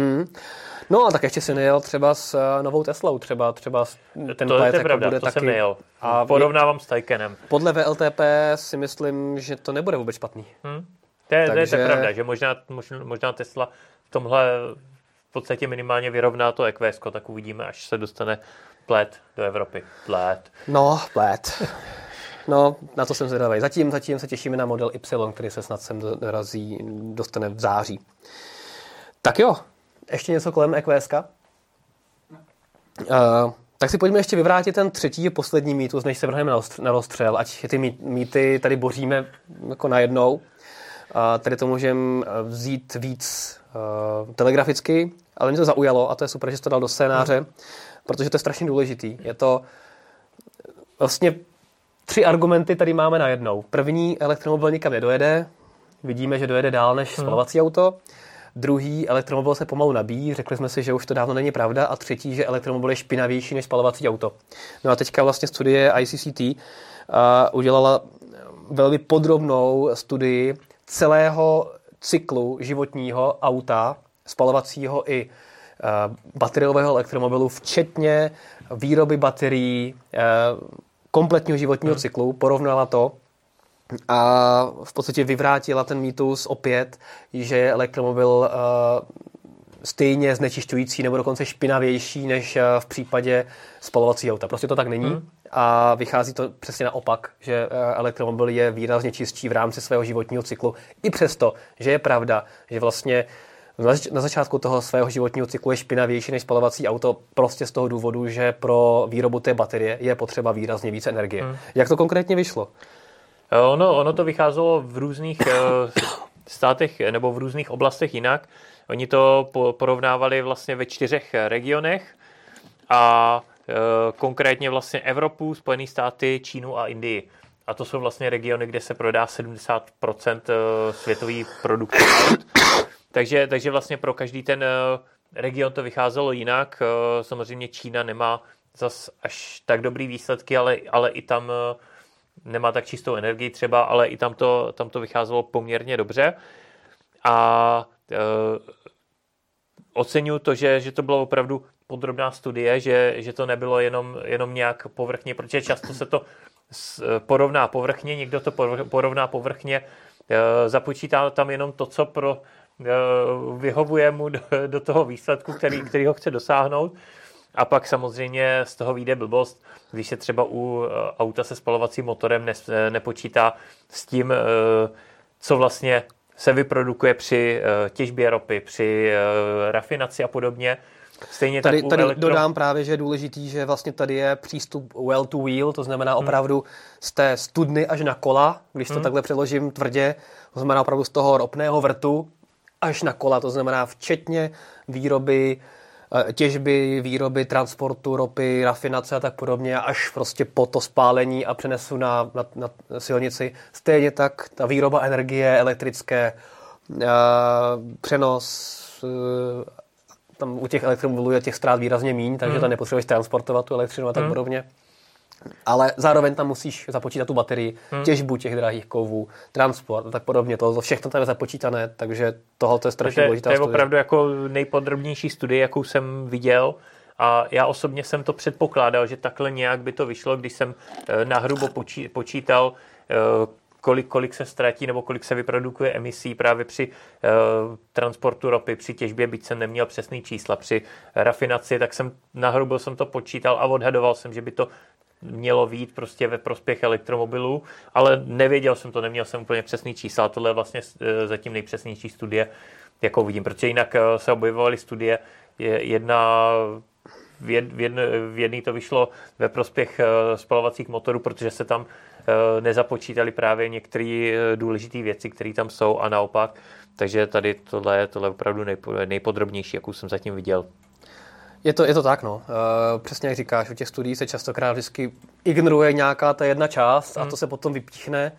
No a tak ještě si nejel třeba s novou Teslou, třeba ten to Plaid je pravda, bude to taky. Jsem nejel. A porovnávám s Taycanem. Podle VLTP si myslím, že to nebude vůbec špatný. To je pravda, že možná Tesla v tomhle v podstatě minimálně vyrovná to EQS, tak uvidíme, až se dostane Plaid do Evropy. Plaid. No, na to jsem zvědavý. Zatím se těšíme na model Y, který se snad sem dostane v září. Tak jo, ještě něco kolem EQSka? Tak si pojďme ještě vyvrátit ten třetí a poslední mýtus, než se vrhneme na rozstřel, ať ty mýty tady boříme jako najednou. Tady to můžeme vzít víc telegraficky, ale mě to zaujalo a to je super, že jsi to dal do scénáře, protože to je strašně důležitý. Je to vlastně 3 argumenty tady máme najednou. První, elektromobil nikam nedojede. Vidíme, že dojede dál než spalovací auto. Druhý, elektromobil se pomalu nabíjí. Řekli jsme si, že už to dávno není pravda. A třetí, že elektromobil je špinavější než spalovací auto. No a teďka vlastně studie ICCT udělala velmi podrobnou studii celého cyklu životního auta, spalovacího i bateriového elektromobilu, včetně výroby baterií, kompletního životního cyklu, porovnala to a v podstatě vyvrátila ten mýtus opět, že je elektromobil stejně znečišťující nebo dokonce špinavější než v případě spalovacího auta. Prostě to tak není a vychází to přesně naopak, že elektromobil je výrazně čistší v rámci svého životního cyklu. I přesto, že je pravda, že vlastně na začátku toho svého životního cyklu je špinavější než spalovací auto prostě z toho důvodu, že pro výrobu té baterie je potřeba výrazně více energie. Jak to konkrétně vyšlo? Ono to vycházelo v různých státech nebo v různých oblastech jinak. Oni to porovnávali vlastně ve 4 regionech a konkrétně vlastně Evropu, Spojené státy, Čínu a Indii. A to jsou vlastně regiony, kde se prodá 70% světový produkce. Takže vlastně pro každý ten region to vycházelo jinak. Samozřejmě Čína nemá zas až tak dobrý výsledky, ale i tam nemá tak čistou energii třeba, ale i tam to vycházelo poměrně dobře. A oceňuji to, že to bylo opravdu podrobná studie, že to nebylo jenom nějak povrchně, protože často se to porovná povrchně, někdo to porovná povrchně, započítá tam jenom to, co vyhovuje mu do toho výsledku, který ho chce dosáhnout. A pak samozřejmě z toho vyjde blbost, když se třeba u auta se spalovacím motorem nepočítá s tím, co vlastně se vyprodukuje při těžbě ropy, při rafinaci a podobně. Stejně tady dodám právě, že je důležitý, že vlastně tady je přístup well to wheel, to znamená opravdu z té studny až na kola, když to takhle přeložím tvrdě, to znamená opravdu z toho ropného vrtu až na kola, to znamená včetně výroby, těžby, výroby, transportu ropy, rafinace a tak podobně, až prostě po to spálení a přenesu na silnici. Stejně tak ta výroba energie, elektrické, přenos, tam u těch elektromobilů je těch ztrát výrazně míň, takže tam nepotřebuješ transportovat tu elektřinu a tak podobně. Ale zároveň tam musíš započítat tu baterii, těžbu těch drahých kovů, transport a tak podobně. To všechno tam je započítané, takže tohle je strašně důležitá studie. To je opravdu jako nejpodrobnější studie, jakou jsem viděl. A já osobně jsem to předpokládal, že takhle nějak by to vyšlo, když jsem nahrubo počítal, kolik se ztratí nebo kolik se vyprodukuje emisí právě při transportu ropy, při těžbě, byť jsem neměl přesný čísla, při rafinaci, tak jsem nahrubo jsem to počítal a odhadoval jsem, že by to mělo vyjít prostě ve prospěch elektromobilů, ale nevěděl jsem to, neměl jsem úplně přesný čísla. Tohle je vlastně zatím nejpřesnější studie, jakou vidím, protože jinak se objevovaly studie, v jedné to vyšlo ve prospěch spalovacích motorů, protože se tam nezapočítali právě některé důležité věci, které tam jsou a naopak. Takže tady tohle je opravdu nejpodrobnější, jakou jsem zatím viděl. Je to tak, no. Přesně jak říkáš, u těch studií se častokrát vždycky ignoruje nějaká ta jedna část a to se potom vypíchne.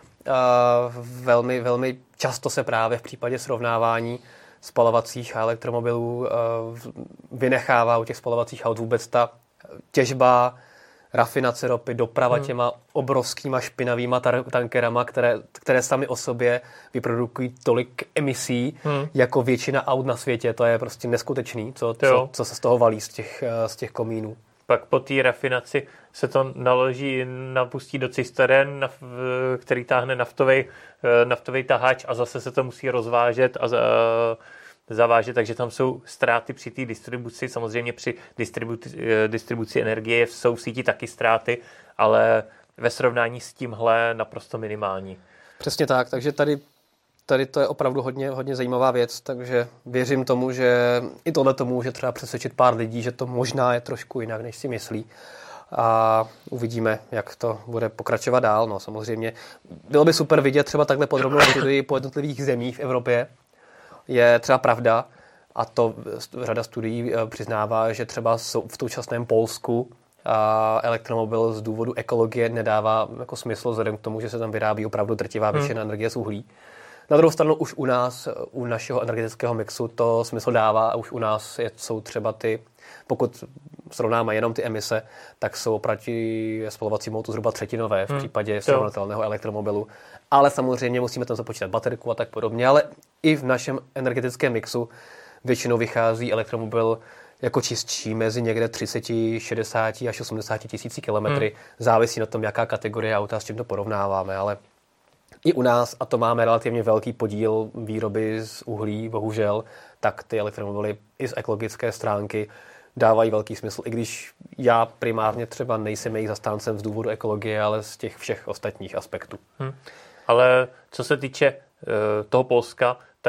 Velmi, velmi často se právě v případě srovnávání spalovacích a elektromobilů vynechává u těch spalovacích aut vůbec ta těžba, rafinace ropy, doprava těma obrovskýma špinavýma tankerama, které sami o sobě vyprodukují tolik emisí, jako většina aut na světě. To je prostě neskutečný, co se z toho valí z těch komínů. Pak po té rafinaci se to napustí do cisteren, který táhne naftový tahač a zase se to musí rozvážet a zavážet, takže tam jsou ztráty při té distribuci. Samozřejmě při distribuci energie jsou v síti taky ztráty, ale ve srovnání s tímhle naprosto minimální. Přesně tak, takže tady to je opravdu hodně zajímavá věc, takže věřím tomu, že i tohle to může třeba přesvědčit pár lidí, že to možná je trošku jinak, než si myslí. A uvidíme, jak to bude pokračovat dál. No, samozřejmě bylo by super vidět třeba takhle podrobnou studii po jednotlivých zemích v Evropě. Je třeba pravda, a to řada studií přiznává, že třeba v současném Polsku elektromobil z důvodu ekologie nedává jako smysl vzhledem k tomu, že se tam vyrábí opravdu drtivá většina energie z uhlí. Na druhou stranu už u nás, u našeho energetického mixu to smysl dává a už u nás jsou třeba pokud srovnáme jenom ty emise, tak jsou oproti spalovacímu autu zhruba třetinové v případě srovnatelného elektromobilu. Ale samozřejmě musíme tam započítat baterku a tak podobně, ale i v našem energetickém mixu většinou vychází elektromobil jako čistší mezi někde 30, 60 až 80 tisíci kilometry. Závisí na tom, jaká kategorie auta, s čím to porovnáváme, ale i u nás, a to máme relativně velký podíl výroby z uhlí, bohužel, tak ty elektromobily i z ekologické stránky dávají velký smysl, i když já primárně třeba nejsem jejich zastáncem z důvodu ekologie, ale z těch všech ostatních aspektů. Ale co se týče toho Polska, tak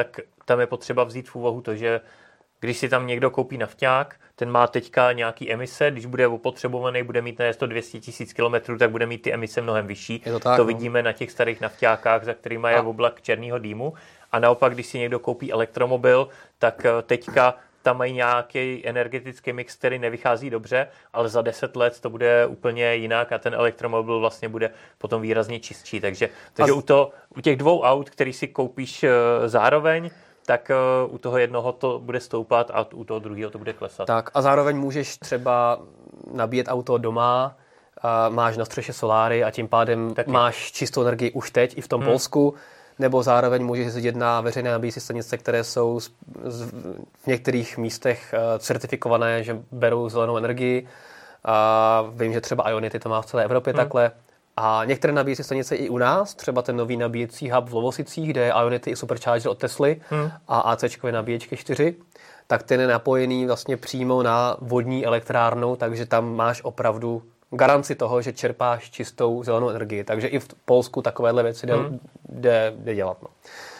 tam je potřeba vzít v úvahu to, že když si tam někdo koupí nafťák, ten má teďka nějaký emise, když bude opotřebovaný, bude mít na 200 000 kilometrů, tak bude mít ty emise mnohem vyšší. To vidíme na těch starých nafťákách, za kterými je oblak černého dýmu. A naopak, když si někdo koupí elektromobil, tak teďka tam mají nějaký energetický mix, který nevychází dobře, ale za 10 let to bude úplně jinak a ten elektromobil vlastně bude potom výrazně čistší. Takže u těch dvou aut, který si koupíš zároveň, tak u toho jednoho to bude stoupat a u toho druhého to bude klesat. Tak a zároveň můžeš třeba nabíjet auto doma, máš na střeše soláry a tím pádem máš čistou energii už teď i v tom Polsku, nebo zároveň můžeš jezdit na veřejné nabíjecí stanice, které jsou v některých místech certifikované, že berou zelenou energii. A vím, že třeba Ionity to má v celé Evropě takhle. A některé nabíjecí stanice i u nás, třeba ten nový nabíjecí hub v Lovosicích, kde je Ionity i Supercharger od Tesly a ACčkové nabíječky 4, tak ten je napojený vlastně přímo na vodní elektrárnu, takže tam máš opravdu garanci toho, že čerpáš čistou zelenou energii. Takže i v Polsku takovéhle věci jde dělat. No.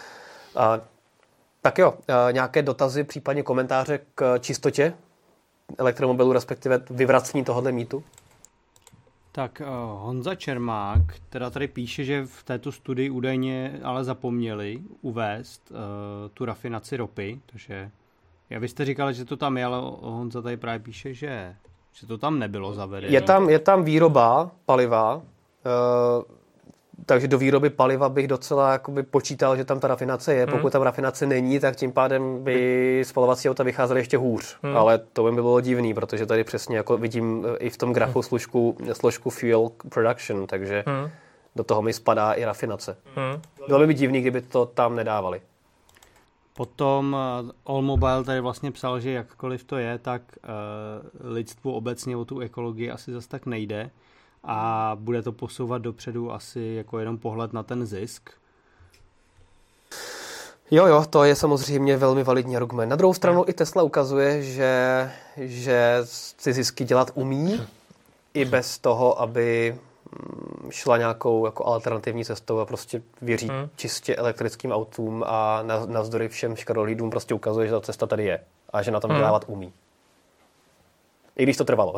Tak jo, nějaké dotazy, případně komentáře k čistotě elektromobilu, respektive vyvracení tohohle mýtu? Tak Honza Čermák teda tady píše, že v této studii údajně ale zapomněli uvést tu rafinaci ropy, takže vy jste říkali, že to tam je, ale Honza tady právě píše, že to tam nebylo zavedeno. Je tam výroba paliva, takže do výroby paliva bych docela jakoby počítal, že tam ta rafinace je. Pokud tam rafinace není, tak tím pádem by spalovací auta vycházely ještě hůř. Ale to by bylo divný, protože tady přesně jako vidím i v tom grafu složku fuel production, takže do toho mi spadá i rafinace. Bylo by divný, kdyby to tam nedávali. Potom Allmobile tady vlastně psal, že jakkoliv to je, tak lidstvu obecně o tu ekologii asi zas tak nejde a bude to posouvat dopředu asi jako jenom pohled na ten zisk. Jo, to je samozřejmě velmi validní argument. Na druhou stranu i Tesla ukazuje, že si zisky dělat umí i bez toho, aby šla nějakou jako alternativní cestou a prostě věří čistě elektrickým autům a navzdory všem škarohlídům prostě ukazuje, že ta cesta tady je a že na tom dělávat umí. I když to trvalo.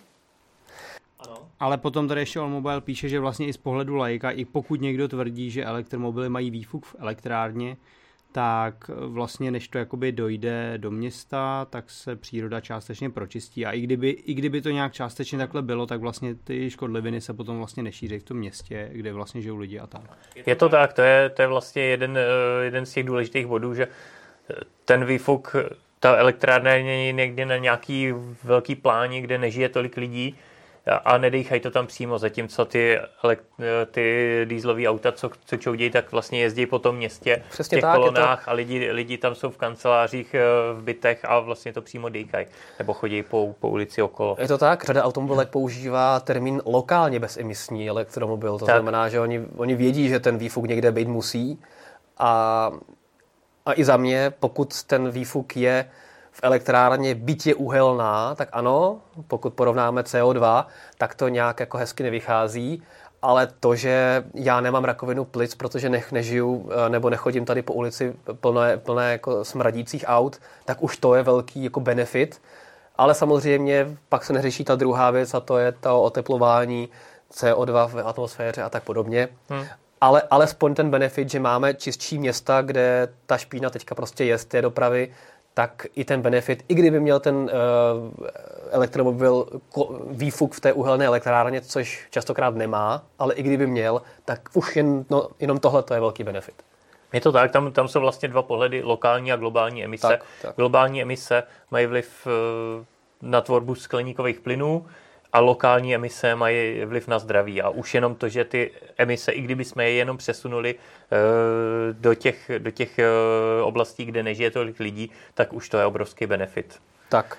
Ale potom tady ještě Allmobile píše, že vlastně i z pohledu laika, i pokud někdo tvrdí, že elektromobily mají výfuk v elektrárně, tak vlastně než to jakoby dojde do města, tak se příroda částečně pročistí. A i kdyby to nějak částečně takhle bylo, tak vlastně ty škodliviny se potom vlastně nešíří v tom městě, kde vlastně žijou lidi a tak. Je to tak, to je vlastně jeden z těch důležitých bodů, že ten výfuk, ta elektrárna je někde na nějaký velký pláni, kde nežije tolik lidí, a nedejchají to tam přímo, zatímco ty dieselové auta, co čoudějí, tak vlastně jezdí po tom městě v těch kolonách a lidi tam jsou v kancelářích, v bytech a vlastně to přímo dejchají, nebo chodí po ulici okolo. Je to tak, řada automobilek používá termín lokálně bezemisní elektromobil, to znamená, že oni vědí, že ten výfuk někde být musí a i za mě, pokud ten výfuk je v elektrárně byť je uhelná, tak ano, pokud porovnáme CO2, tak to nějak jako hezky nevychází, ale to, že já nemám rakovinu plic, protože nežiju nebo nechodím tady po ulici plné jako smradících aut, tak už to je velký jako benefit. Ale samozřejmě pak se neřeší ta druhá věc a to je to oteplování CO2 v atmosféře a tak podobně. Ale alespoň ten benefit, že máme čistší města, kde ta špína teďka prostě je z té dopravy, tak i ten benefit, i kdyby měl ten elektromobil výfuk v té uhelné elektrárně, což častokrát nemá, ale i kdyby měl, tak už jenom tohle to je velký benefit. Je to tak, tam jsou vlastně dva pohledy, lokální a globální emise. Tak. Globální emise mají vliv na tvorbu skleníkových plynů a lokální emise mají vliv na zdraví. A už jenom to, že ty emise, i kdyby jsme je jenom přesunuli do těch oblastí, kde nežije tolik lidí, tak už to je obrovský benefit. Tak.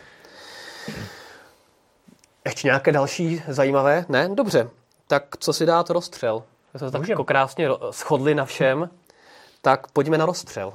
Ještě nějaké další zajímavé? Ne? Dobře. Tak co si dát rozstřel? My jsme se tak jako krásně shodli na všem. Tak pojďme na rozstřel.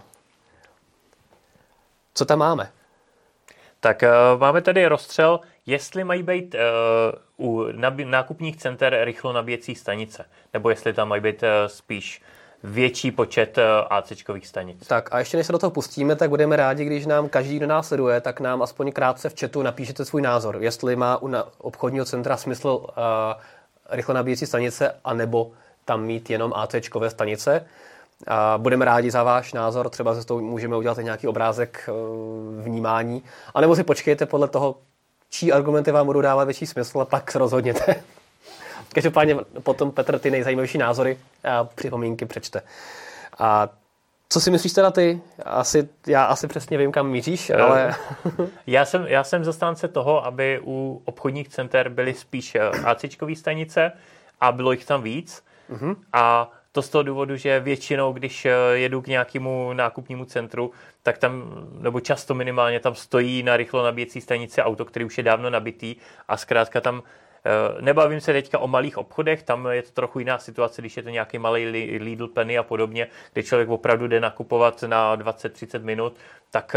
Co tam máme? Tak máme tady rozstřel, jestli mají být u nákupních center rychlo nabíjecí stanice, nebo jestli tam mají být spíš větší počet ACčkových stanic. Tak a ještě než se do toho pustíme, tak budeme rádi, když nám každý, kdo nás sleduje, tak nám aspoň krátce v chatu napíšete svůj názor, jestli má u obchodního centra smysl rychle nabíjecí stanice, anebo tam mít jenom ACčkové stanice. A budeme rádi za váš názor, třeba se toho můžeme udělat nějaký obrázek vnímání, anebo si počkejte podle toho, čí argumenty vám budou dávat větší smysl a pak se rozhodněte. Každopádně potom Petr ty nejzajímavější názory a připomínky přečte. A co si myslíš teda ty? Já asi přesně vím, kam míříš, ale... Já jsem zastánce toho, aby u obchodních center byly spíš ACčkové stanice a bylo jich tam víc. Mm-hmm. A to z toho důvodu, že většinou, když jedu k nějakému nákupnímu centru, tak tam, nebo často minimálně, tam stojí na rychlo nabíjecí stanici auto, který už je dávno nabitý a zkrátka tam nebavím se teďka o malých obchodech, tam je to trochu jiná situace, když je to nějaký malý Lidl, Penny a podobně, kde člověk opravdu jde nakupovat na 20-30 minut, tak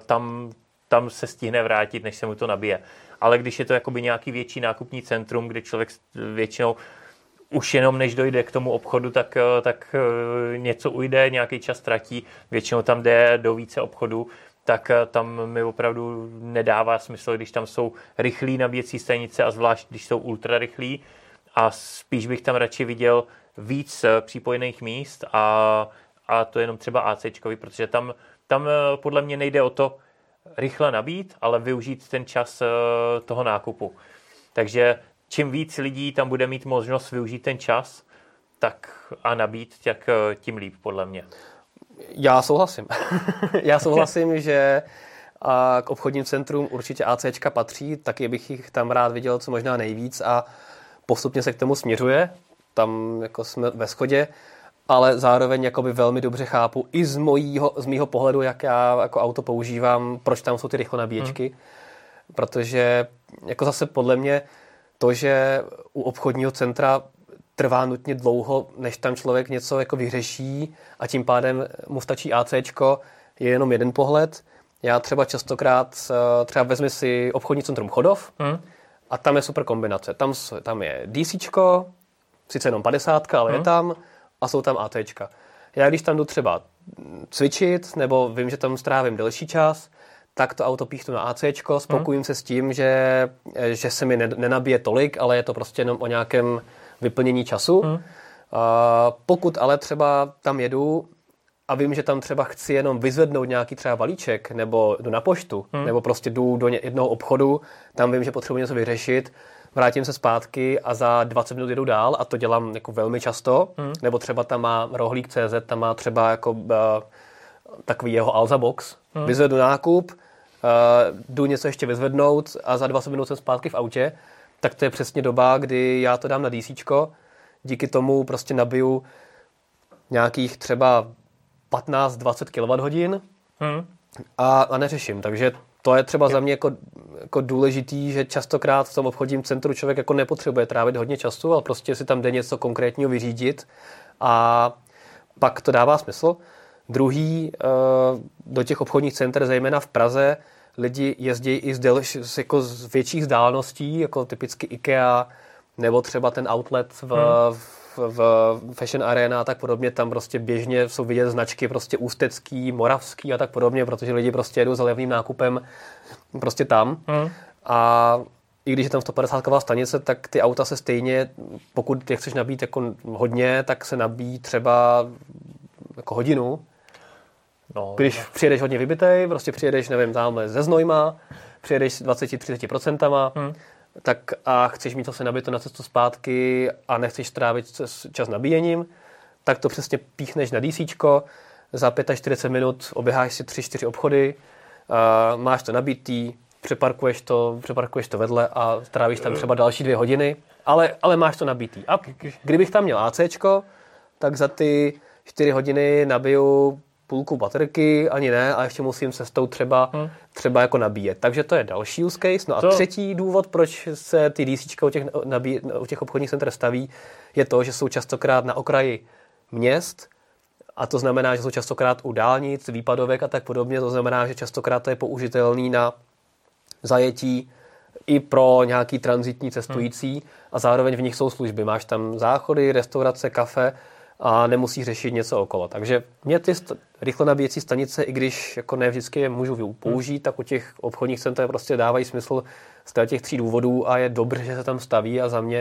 tam se stihne vrátit, než se mu to nabije. Ale když je to jakoby nějaký větší nákupní centrum, kde člověk většinou už jenom než dojde k tomu obchodu, tak něco ujde, nějaký čas ztratí, většinou tam jde do více obchodů, tak tam mi opravdu nedává smysl, když tam jsou rychlý nabíjecí stanice a zvlášť, když jsou ultra rychlý a spíš bych tam radši viděl víc připojených míst a to jenom třeba ACčkový, protože tam podle mě nejde o to rychle nabít, ale využít ten čas toho nákupu. Takže čím víc lidí tam bude mít možnost využít ten čas tak a nabít, tak tím líp podle mě. Já souhlasím. Já souhlasím, že k obchodním centrům určitě ACčka patří, taky bych jich tam rád viděl co možná nejvíc a postupně se k tomu směřuje. Tam jako jsme ve shodě, ale zároveň jakoby velmi dobře chápu i z mýho pohledu, jak já jako auto používám, proč tam jsou ty rychlonabíječky. Protože jako zase podle mě to, že u obchodního centra trvá nutně dlouho, než tam člověk něco jako vyřeší a tím pádem mu stačí ACčko, je jenom jeden pohled. Já třeba častokrát, třeba vezmi si obchodní centrum Chodov a tam je super kombinace. Tam je DCčko, sice jenom 50, ale je tam a jsou tam ACčka. Já když tam jdu třeba cvičit nebo vím, že tam strávím delší čas, tak to auto píchnu na ACčko, spokojím se s tím, že se mi nenabije tolik, ale je to prostě jenom o nějakém vyplnění času. Pokud ale třeba tam jedu a vím, že tam třeba chci jenom vyzvednout nějaký třeba balíček, nebo jdu na poštu, nebo prostě jdu do jednoho obchodu, tam vím, že potřebuji něco vyřešit, vrátím se zpátky a za 20 minut jedu dál a to dělám jako velmi často, nebo třeba tam má Rohlík.cz, tam má třeba jako takový jeho Alza box, vyzvedu nákup, jdu něco ještě vyzvednout a za 20 minut jsem zpátky v autě, tak to je přesně doba, kdy já to dám na DCčko, díky tomu prostě nabiju nějakých třeba 15-20 kWh a neřeším. Takže to je třeba za mě jako důležitý, že častokrát v tom obchodním centru člověk jako nepotřebuje trávit hodně času, ale prostě si tam jde něco konkrétního vyřídit a pak to dává smysl. Druhý, do těch obchodních center, zejména v Praze, lidi jezdí i z větších vzdáleností, jako typicky IKEA, nebo třeba ten outlet v Fashion Arena a tak podobně. Tam prostě běžně jsou vidět značky prostě ústecký, moravský a tak podobně, protože lidi prostě jedou za levným nákupem prostě tam. A i když je tam 150ková stanice, tak ty auta se stejně, pokud je chceš nabít jako hodně, tak se nabíjí třeba jako hodinu. Když přijedeš hodně vybitej, prostě přijedeš, nevím, tamhle ze Znojma, přijedeš s 20-30%, tak a chceš mít zase nabito na cestu zpátky a nechceš trávit čas nabíjením, tak to přesně píchneš na DCčko, za 45 minut oběháš si 3-4 obchody, máš to nabitý, přeparkuješ to vedle a trávíš tam třeba další 2 hodiny, ale máš to nabitý. A kdybych tam měl ACčko, tak za ty 4 hodiny nabiju půlku baterky, ani ne, a ještě musím cestou třeba jako nabíjet. Takže to je další use case. No a třetí důvod, proč se ty DCčka u těch obchodních center staví, je to, že jsou častokrát na okraji měst a to znamená, že jsou častokrát u dálnic, výpadovek a tak podobně. To znamená, že častokrát to je použitelný na zajetí i pro nějaký tranzitní cestující a zároveň v nich jsou služby. Máš tam záchody, restaurace, kafe a nemusí řešit něco okolo. Takže mě ty rychle nabíjecí stanice, i když jako ne vždycky je můžu použít, tak u těch obchodních center prostě dávají smysl z těch 3 důvodů a je dobře, že se tam staví a za mě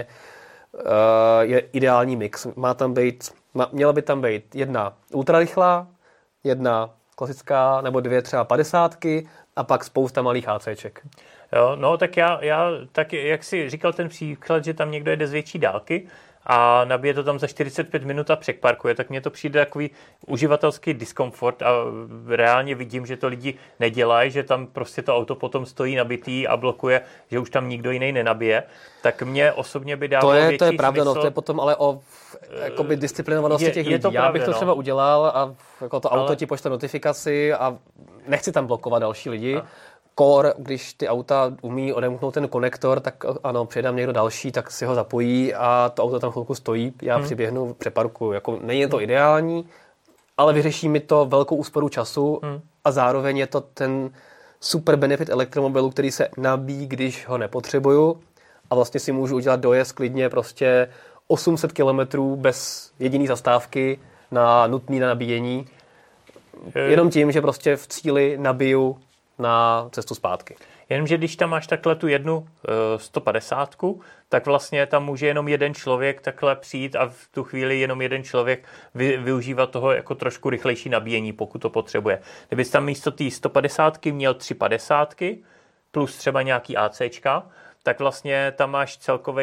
je ideální mix. Měla by tam být jedna ultrarychlá, jedna klasická nebo 2 třeba 50 a pak spousta malých ACček. Jo, no tak já tak jak si říkal ten příklad, že tam někdo jede z větší dálky a nabije to tam za 45 minut a přeparkuje, tak mně to přijde takový uživatelský diskomfort a reálně vidím, že to lidi nedělají, že tam prostě to auto potom stojí nabitý a blokuje, že už tam nikdo jiný nenabije. Tak mě osobně by dávalo větší to je pravda, smysl. No, to je potom ale o jakoby disciplinovanosti těch lidí. Já bych to třeba udělal a jako to auto ti pošle notifikaci a nechci tam blokovat další lidi. Core, když ty auta umí odemknout ten konektor, tak ano, přidám někdo další, tak si ho zapojí a to auto tam chvilku stojí, já přiběhnu, přeparkuju. Jako není to ideální, ale vyřeší mi to velkou úsporu času a zároveň je to ten super benefit elektromobilu, který se nabíjí, když ho nepotřebuju a vlastně si můžu udělat dojezd klidně prostě 800 kilometrů bez jediný zastávky na nutný nabíjení. Jenom tím, že prostě v cíli nabiju na cestu zpátky. Jenomže když tam máš takhle tu jednu 150, tak vlastně tam může jenom jeden člověk takhle přijít a v tu chvíli jenom jeden člověk využívat toho jako trošku rychlejší nabíjení, pokud to potřebuje. Kdybys tam místo té 150 měl 3 50 plus třeba nějaký ACčka, tak vlastně tam máš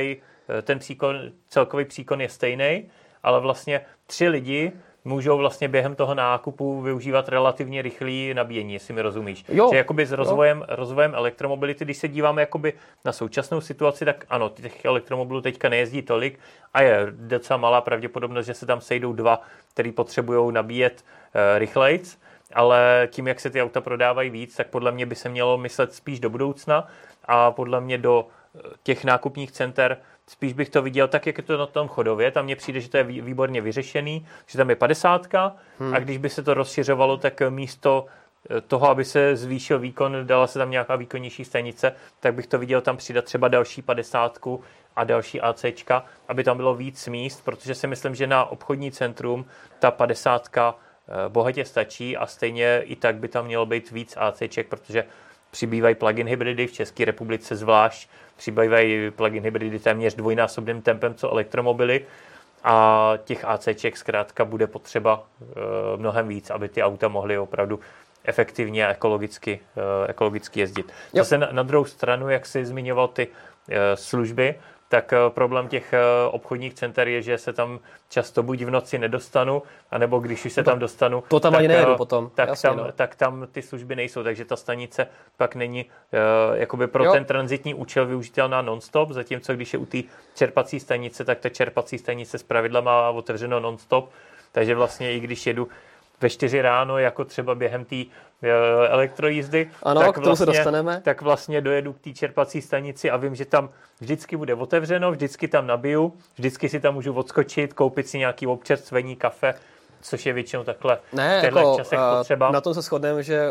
celkový příkon je stejný, ale vlastně 3 lidi můžou vlastně během toho nákupu využívat relativně rychlý nabíjení, jestli mi rozumíš. Jo, že jakoby s rozvojem elektromobility, když se díváme jakoby na současnou situaci, tak ano, těch elektromobilů teďka nejezdí tolik a je docela malá pravděpodobnost, že se tam sejdou 2, který potřebují nabíjet rychlejc, ale tím, jak se ty auta prodávají víc, tak podle mě by se mělo myslet spíš do budoucna a podle mě do těch nákupních center spíš bych to viděl tak, jak je to na tom Chodově. Tam mně přijde, že to je výborně vyřešený, že tam je 50 a když by se to rozšiřovalo, tak místo toho, aby se zvýšil výkon, dala se tam nějaká výkonnější stanice, tak bych to viděl tam přidat třeba další 50 a další ACčka, aby tam bylo víc míst, protože si myslím, že na obchodní centrum ta 50 bohatě stačí a stejně i tak by tam mělo být víc ACček, protože přibývají plug-in hybridy v České republice zvlášť, přibývají plug-in hybridy téměř dvojnásobným tempem co elektromobily a těch ACček zkrátka bude potřeba mnohem víc, aby ty auta mohly opravdu efektivně a ekologicky jezdit. Zase na druhou stranu, jak jsi zmiňoval ty služby, tak problém těch obchodních center je, že se tam často buď v noci nedostanu, anebo když už se tam dostanu, to tam ani nejedu potom. Tak tam ty služby nejsou, takže ta stanice pak není jakoby pro ten tranzitní účel využitelná non-stop, zatímco když je u té čerpací stanice, tak ta čerpací stanice zpravidla má otevřeno non-stop, takže vlastně i když jedu ve 4 ráno, jako třeba během té elektrojízdy, tak vlastně dojedu k té čerpací stanici a vím, že tam vždycky bude otevřeno, vždycky tam nabiju, vždycky si tam můžu odskočit, koupit si nějaký občerstvení, kafe, což je většinou takhle v těchto časech potřeba. Na tom se shodneme, že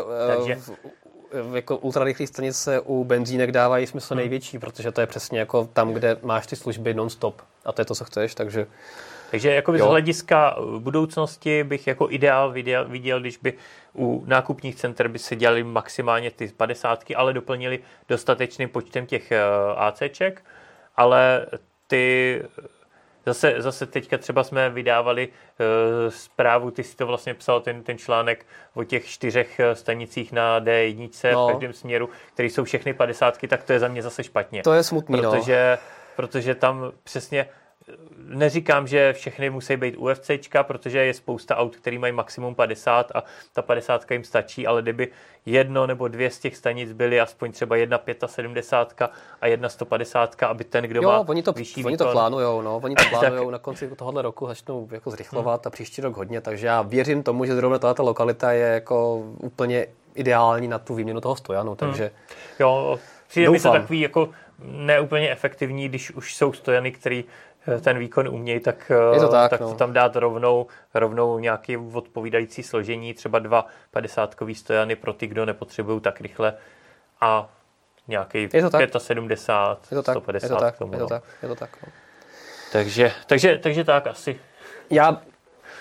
jako ultrarychlý stanice u benzínek dávají smysl největší, protože to je přesně jako tam, kde máš ty služby non-stop a to je to, co chceš, takže jakoby z hlediska budoucnosti bych jako ideál viděl, když by u nákupních center by se dělali maximálně ty 50, ale doplnili dostatečným počtem těch ACček, ale ty zase teďka třeba jsme vydávali zprávu, ty si to vlastně psal ten článek o těch 4 stanicích na D1 v každém směru, které jsou všechny 50, tak to je za mě zase špatně. To je smutný, protože tam přesně neříkám, že všechny musí být UFCčka, protože je spousta aut, který mají maximum 50 a ta 50 jim stačí, ale kdyby 1 nebo 2 z těch stanic byly aspoň třeba jedna 75 a jedna 150, aby ten, kdo má vyšší výkon. Oni to plánujou, na konci tohohle roku začnou jako zrychlovat a příští rok hodně, takže já věřím tomu, že zrovna tato lokalita je jako úplně ideální na tu výměnu toho stojanu, takže přijde mi to takový jako neúplně efektivní, když už jsou stojany, který ten výkon umějí, tak to tam dát rovnou nějaký odpovídající složení, třeba 2 50kový stojany pro ty, kdo nepotřebují tak rychle a nějaký 75, 150 k tomu. Je to tak. Takže tak asi. Já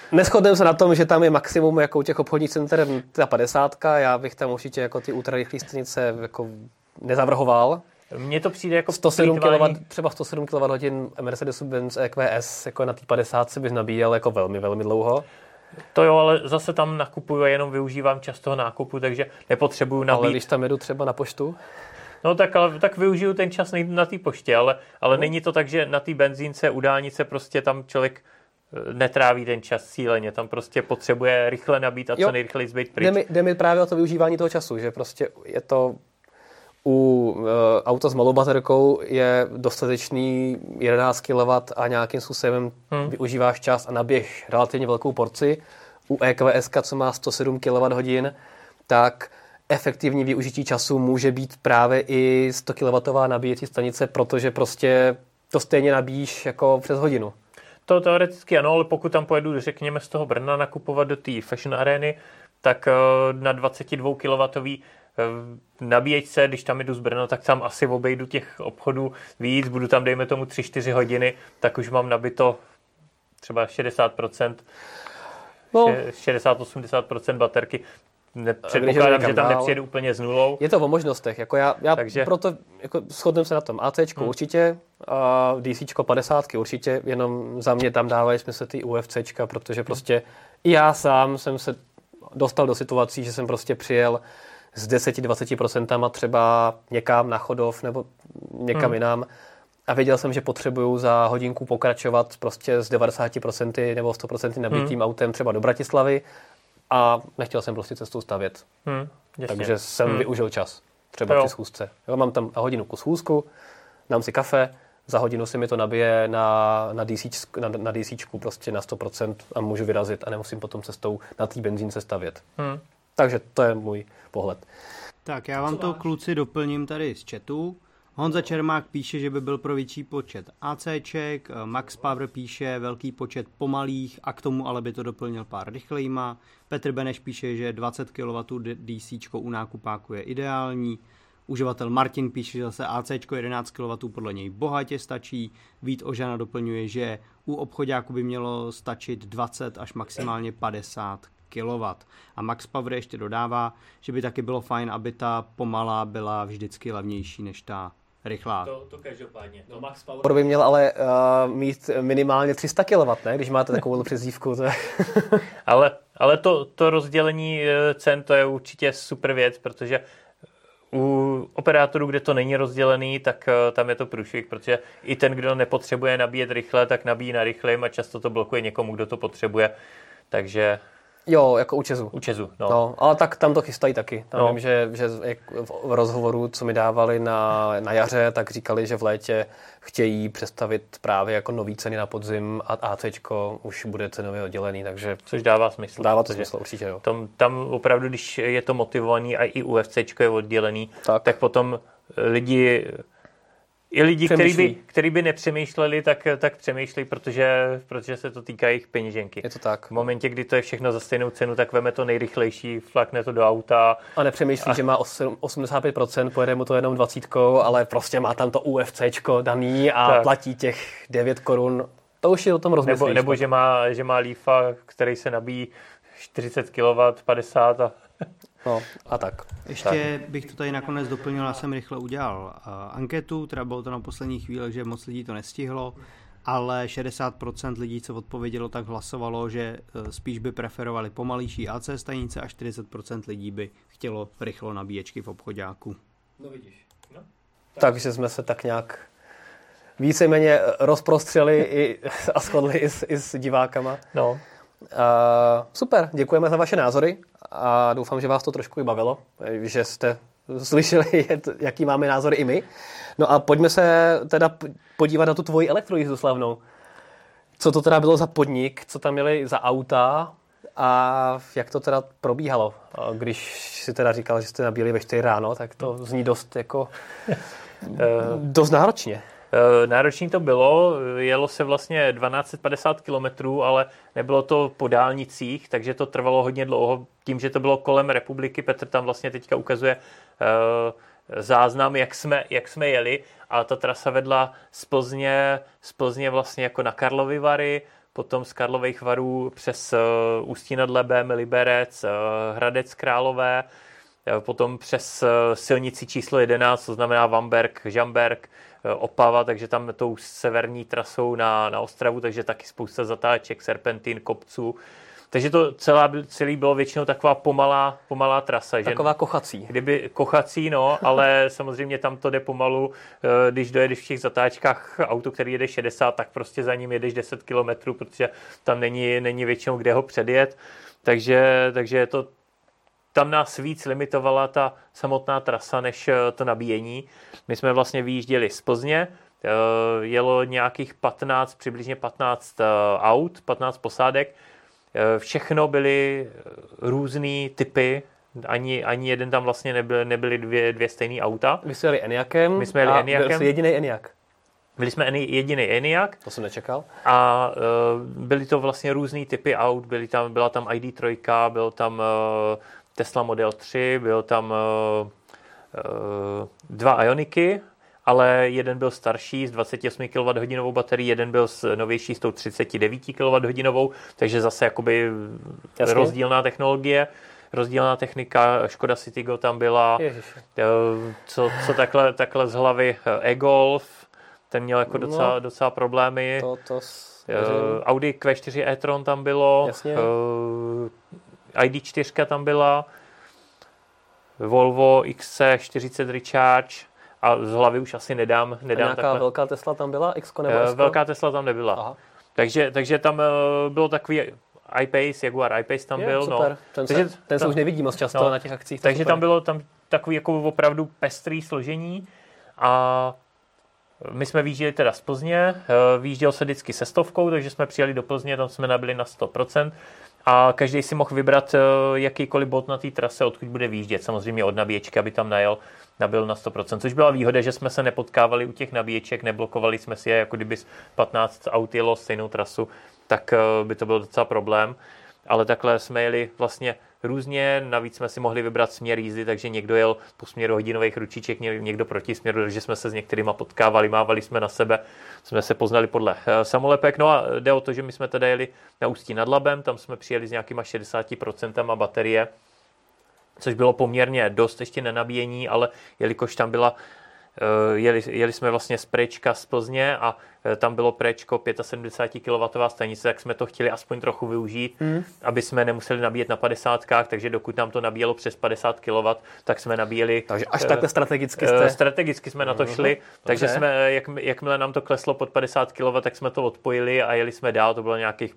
Neshodneme se na tom, že tam je maximum jako u těch obchodních center ta 50, já bych tam určitě jako ty ultrarychlé stanice jako nezavrhoval. Mně to přijde jako 107 kW, třeba 107 kWh Mercedes-Benz EQS jako na té 50 si bych nabíjel jako velmi, velmi dlouho. To jo, ale zase tam nakupuju a jenom využívám čas toho nákupu, takže nepotřebuju nabít. Ale když tam jedu třeba na poštu? No tak využiju ten čas na té poště, ale není to tak, že na té benzínce u dálnice prostě tam člověk netráví ten čas cíleně, tam prostě potřebuje rychle nabít a co nejrychleji zbejt pryč. Jde mi právě o to využívání toho času, že prostě je to u auta s malou baterkou je dostatečný 11 kW a nějakým způsobem využíváš čas a naběh relativně velkou porci. U EQS, co má 107 kWh, tak efektivní využití času může být právě i 100 kW nabíjecí stanice, protože prostě to stejně nabíjíš jako přes hodinu. To teoreticky ano, ale pokud tam pojedu, řekněme, z toho Brna nakupovat do té Fashion Areny, tak na 22 kW nabíječce, když tam jdu z Brna, tak tam asi obejdu těch obchodů víc, budu tam, dejme tomu 3-4 hodiny, tak už mám nabito třeba 60%, 60-80% baterky. Předpokládám, že tam nepřijedu úplně s nulou. Je to o možnostech. Jako já takže proto jako shodneme se na tom. ACčko určitě, DCčko 50 určitě, jenom za mě tam dávají smysl ty UFCčka, protože prostě i já sám jsem se dostal do situací, že jsem prostě přijel s 10-20% třeba někam na Chodov nebo někam jinam a věděl jsem, že potřebuju za hodinku pokračovat prostě s 90% nebo 100% nabitým autem třeba do Bratislavy a nechtěl jsem prostě cestou stavět. Takže jsem využil čas. Třeba při schůzce. Jo, mám tam hodinu schůzku, dám si kafe, za hodinu si mi to nabije na DCčku prostě na 100% a můžu vyrazit a nemusím potom cestou na té benzínce stavět. Takže to je můj pohled. Tak já vám to kluci doplním tady z chatu. Honza Čermák píše, že by byl pro větší počet ACček, Max Power píše velký počet pomalých a k tomu ale by to doplnil pár rychlejma. Petr Beneš píše, že 20 kW DCčko u nákupáku je ideální. Uživatel Martin píše, že zase ACčko 11 kW podle něj bohatě stačí. Vít Ožana doplňuje, že u obchoďáku by mělo stačit 20 až maximálně 50 kW. A Max Power ještě dodává, že by taky bylo fajn, aby ta pomalá byla vždycky levnější než ta rychlá. To každopádně. No, Max Power by měl ale mít minimálně 300 kW, ne? Když máte takovou přezdívku. To... ale to rozdělení cen, to je určitě super věc, protože u operátorů, kde to není rozdělený, tak tam je to průšvih, protože i ten, kdo nepotřebuje nabíjet rychle, tak nabíjí na rychlejm a často to blokuje někomu, kdo to potřebuje. Takže... Jo, jako u Česu. U Česu, no. Ale tak tam to chystají taky. Tam vím, že v rozhovoru, co mi dávali na jaře, tak říkali, že v létě chtějí představit právě jako nový ceny na podzim a ACčko už bude cenově oddělený, takže... Což dává smysl. Dává to smysl, určitě, jo. Tam opravdu, když je to motivovaný a i UFCčko je oddělený, tak potom lidi, kteří by nepřemýšleli, tak přemýšlí, protože se to týká jejich peněženky. Je to tak. V momentě, kdy to je všechno za stejnou cenu, tak veme to nejrychlejší, flakne to do auta. A nepřemýšlí, že má 85%, pojede mu to jenom 20, ale prostě má tam to UFCčko daný a platí těch 9 korun. To už je o tom rozmyslíš. Nebo že má Leafa, který se nabíjí 40 kW, 50 a... No a tak. Ještě bych to tady nakonec doplnil, já jsem rychle udělal anketu, teda bylo to na poslední chvíli, že moc lidí to nestihlo, ale 60% lidí, co odpovědělo, tak hlasovalo, že spíš by preferovali pomalejší AC stanice a 40% lidí by chtělo rychlo nabíječky v obchoďáku. No vidíš. No. Takže jsme se tak nějak víceméně rozprostřeli a shodli i s divákama. No. Super, děkujeme za vaše názory a doufám, že vás to trošku i bavilo, že jste slyšeli, jaký máme názory i my. No a pojďme se teda podívat na tu tvoji elektrojízdu slavnou. Co to teda bylo za podnik, co tam měli za auta a jak to teda probíhalo. Když si teda říkal, že jste nabíjeli ve 4 ráno, tak to zní dost jako dost náročně. Náročný to bylo, jelo se vlastně 1250 km, ale nebylo to po dálnicích, takže to trvalo hodně dlouho. Tím, že to bylo kolem republiky, Petr tam vlastně teďka ukazuje záznam, jak jsme jeli, a ta trasa vedla z Plzně vlastně jako na Karlovy Vary, potom z Karlových Varů přes Ústí nad Labem, Liberec, Hradec Králové, potom přes silnici číslo 11, to znamená Vamberk, Žamberk, Opava, takže tam tou severní trasou na Ostravu, takže taky spousta zatáček, serpentín, kopců. Takže to celý bylo většinou taková pomalá trasa. Taková kochací. Kochací, no, ale samozřejmě tam to jde pomalu. Když dojedeš v těch zatáčkách auto, který jede 60, tak prostě za ním jedeš 10 kilometrů, protože tam není většinou kde ho předjet. Takže to tam nás víc limitovala ta samotná trasa, než to nabíjení. My jsme vlastně vyjížděli z Plzně, jelo nějakých přibližně 15 aut, 15 posádek. Všechno byly různý typy, ani jeden tam vlastně nebyly dvě stejný auta. Vy jste jeli Enyaqem. My jsme jeli Enyaqem. Byl jsi jediný Enyaq. Byli jsme jediný Enyaq. To jsem nečekal. A byly to vlastně různý typy aut. Byla tam ID3, byl tam Tesla Model 3, byl tam 2 Ioniqy, ale jeden byl starší s 28 kWh baterií, jeden byl novější s tou 39 kWh, takže zase jakoby rozdílná technologie, rozdílná technika. Škoda Citigo tam byla. Co takhle z hlavy e-Golf, ten měl jako docela problémy. Audi Q4 e-tron tam bylo. ID4 tam byla. Volvo XC40 Recharge. A z hlavy už asi nedám nějaká takhle. Velká Tesla tam byla? X-ko nebo S-ko? Velká Tesla tam nebyla. Aha. Takže tam bylo takový I-Pace, Jaguar I-Pace tam byl. Super. No. Ten se už nevidí moc často na těch akcích. Takže tam bylo takový jako opravdu pestrý složení a my jsme vyjížděli teda z Plzně, vyjížděl se vždycky se 100, takže jsme přijeli do Plzně, tam jsme nabili na 100%. A každý si mohl vybrat jakýkoliv bod na té trase, odkud bude výjíždět. Samozřejmě od nabíječky, aby tam nabil na 100%. Což byla výhoda, že jsme se nepotkávali u těch nabíječek, neblokovali jsme si je, jako kdyby 15 aut jelo stejnou trasu, tak by to byl docela problém. Ale takhle jsme jeli vlastně různě, navíc jsme si mohli vybrat směr jízdy, takže někdo jel po směru hodinových ručiček, někdo proti směru, takže jsme se s některýma potkávali, mávali jsme na sebe, jsme se poznali podle samolepek. No a jde o to, že my jsme teda jeli na Ústí nad Labem, tam jsme přijeli s nějakýma 60% baterie, což bylo poměrně dost ještě na nabíjení, ale jelikož tam byla jeli jsme vlastně z Prečka z Plzně a tam bylo Prečko 75 kW stanice, tak jsme to chtěli aspoň trochu využít, aby jsme nemuseli nabíjet na 50, takže dokud nám to nabíjelo přes 50 kW, tak jsme nabíjeli. Takže až takhle strategicky jsme na to šli, takže jsme, jakmile nám to kleslo pod 50 kW, tak jsme to odpojili a jeli jsme dál, to bylo nějakých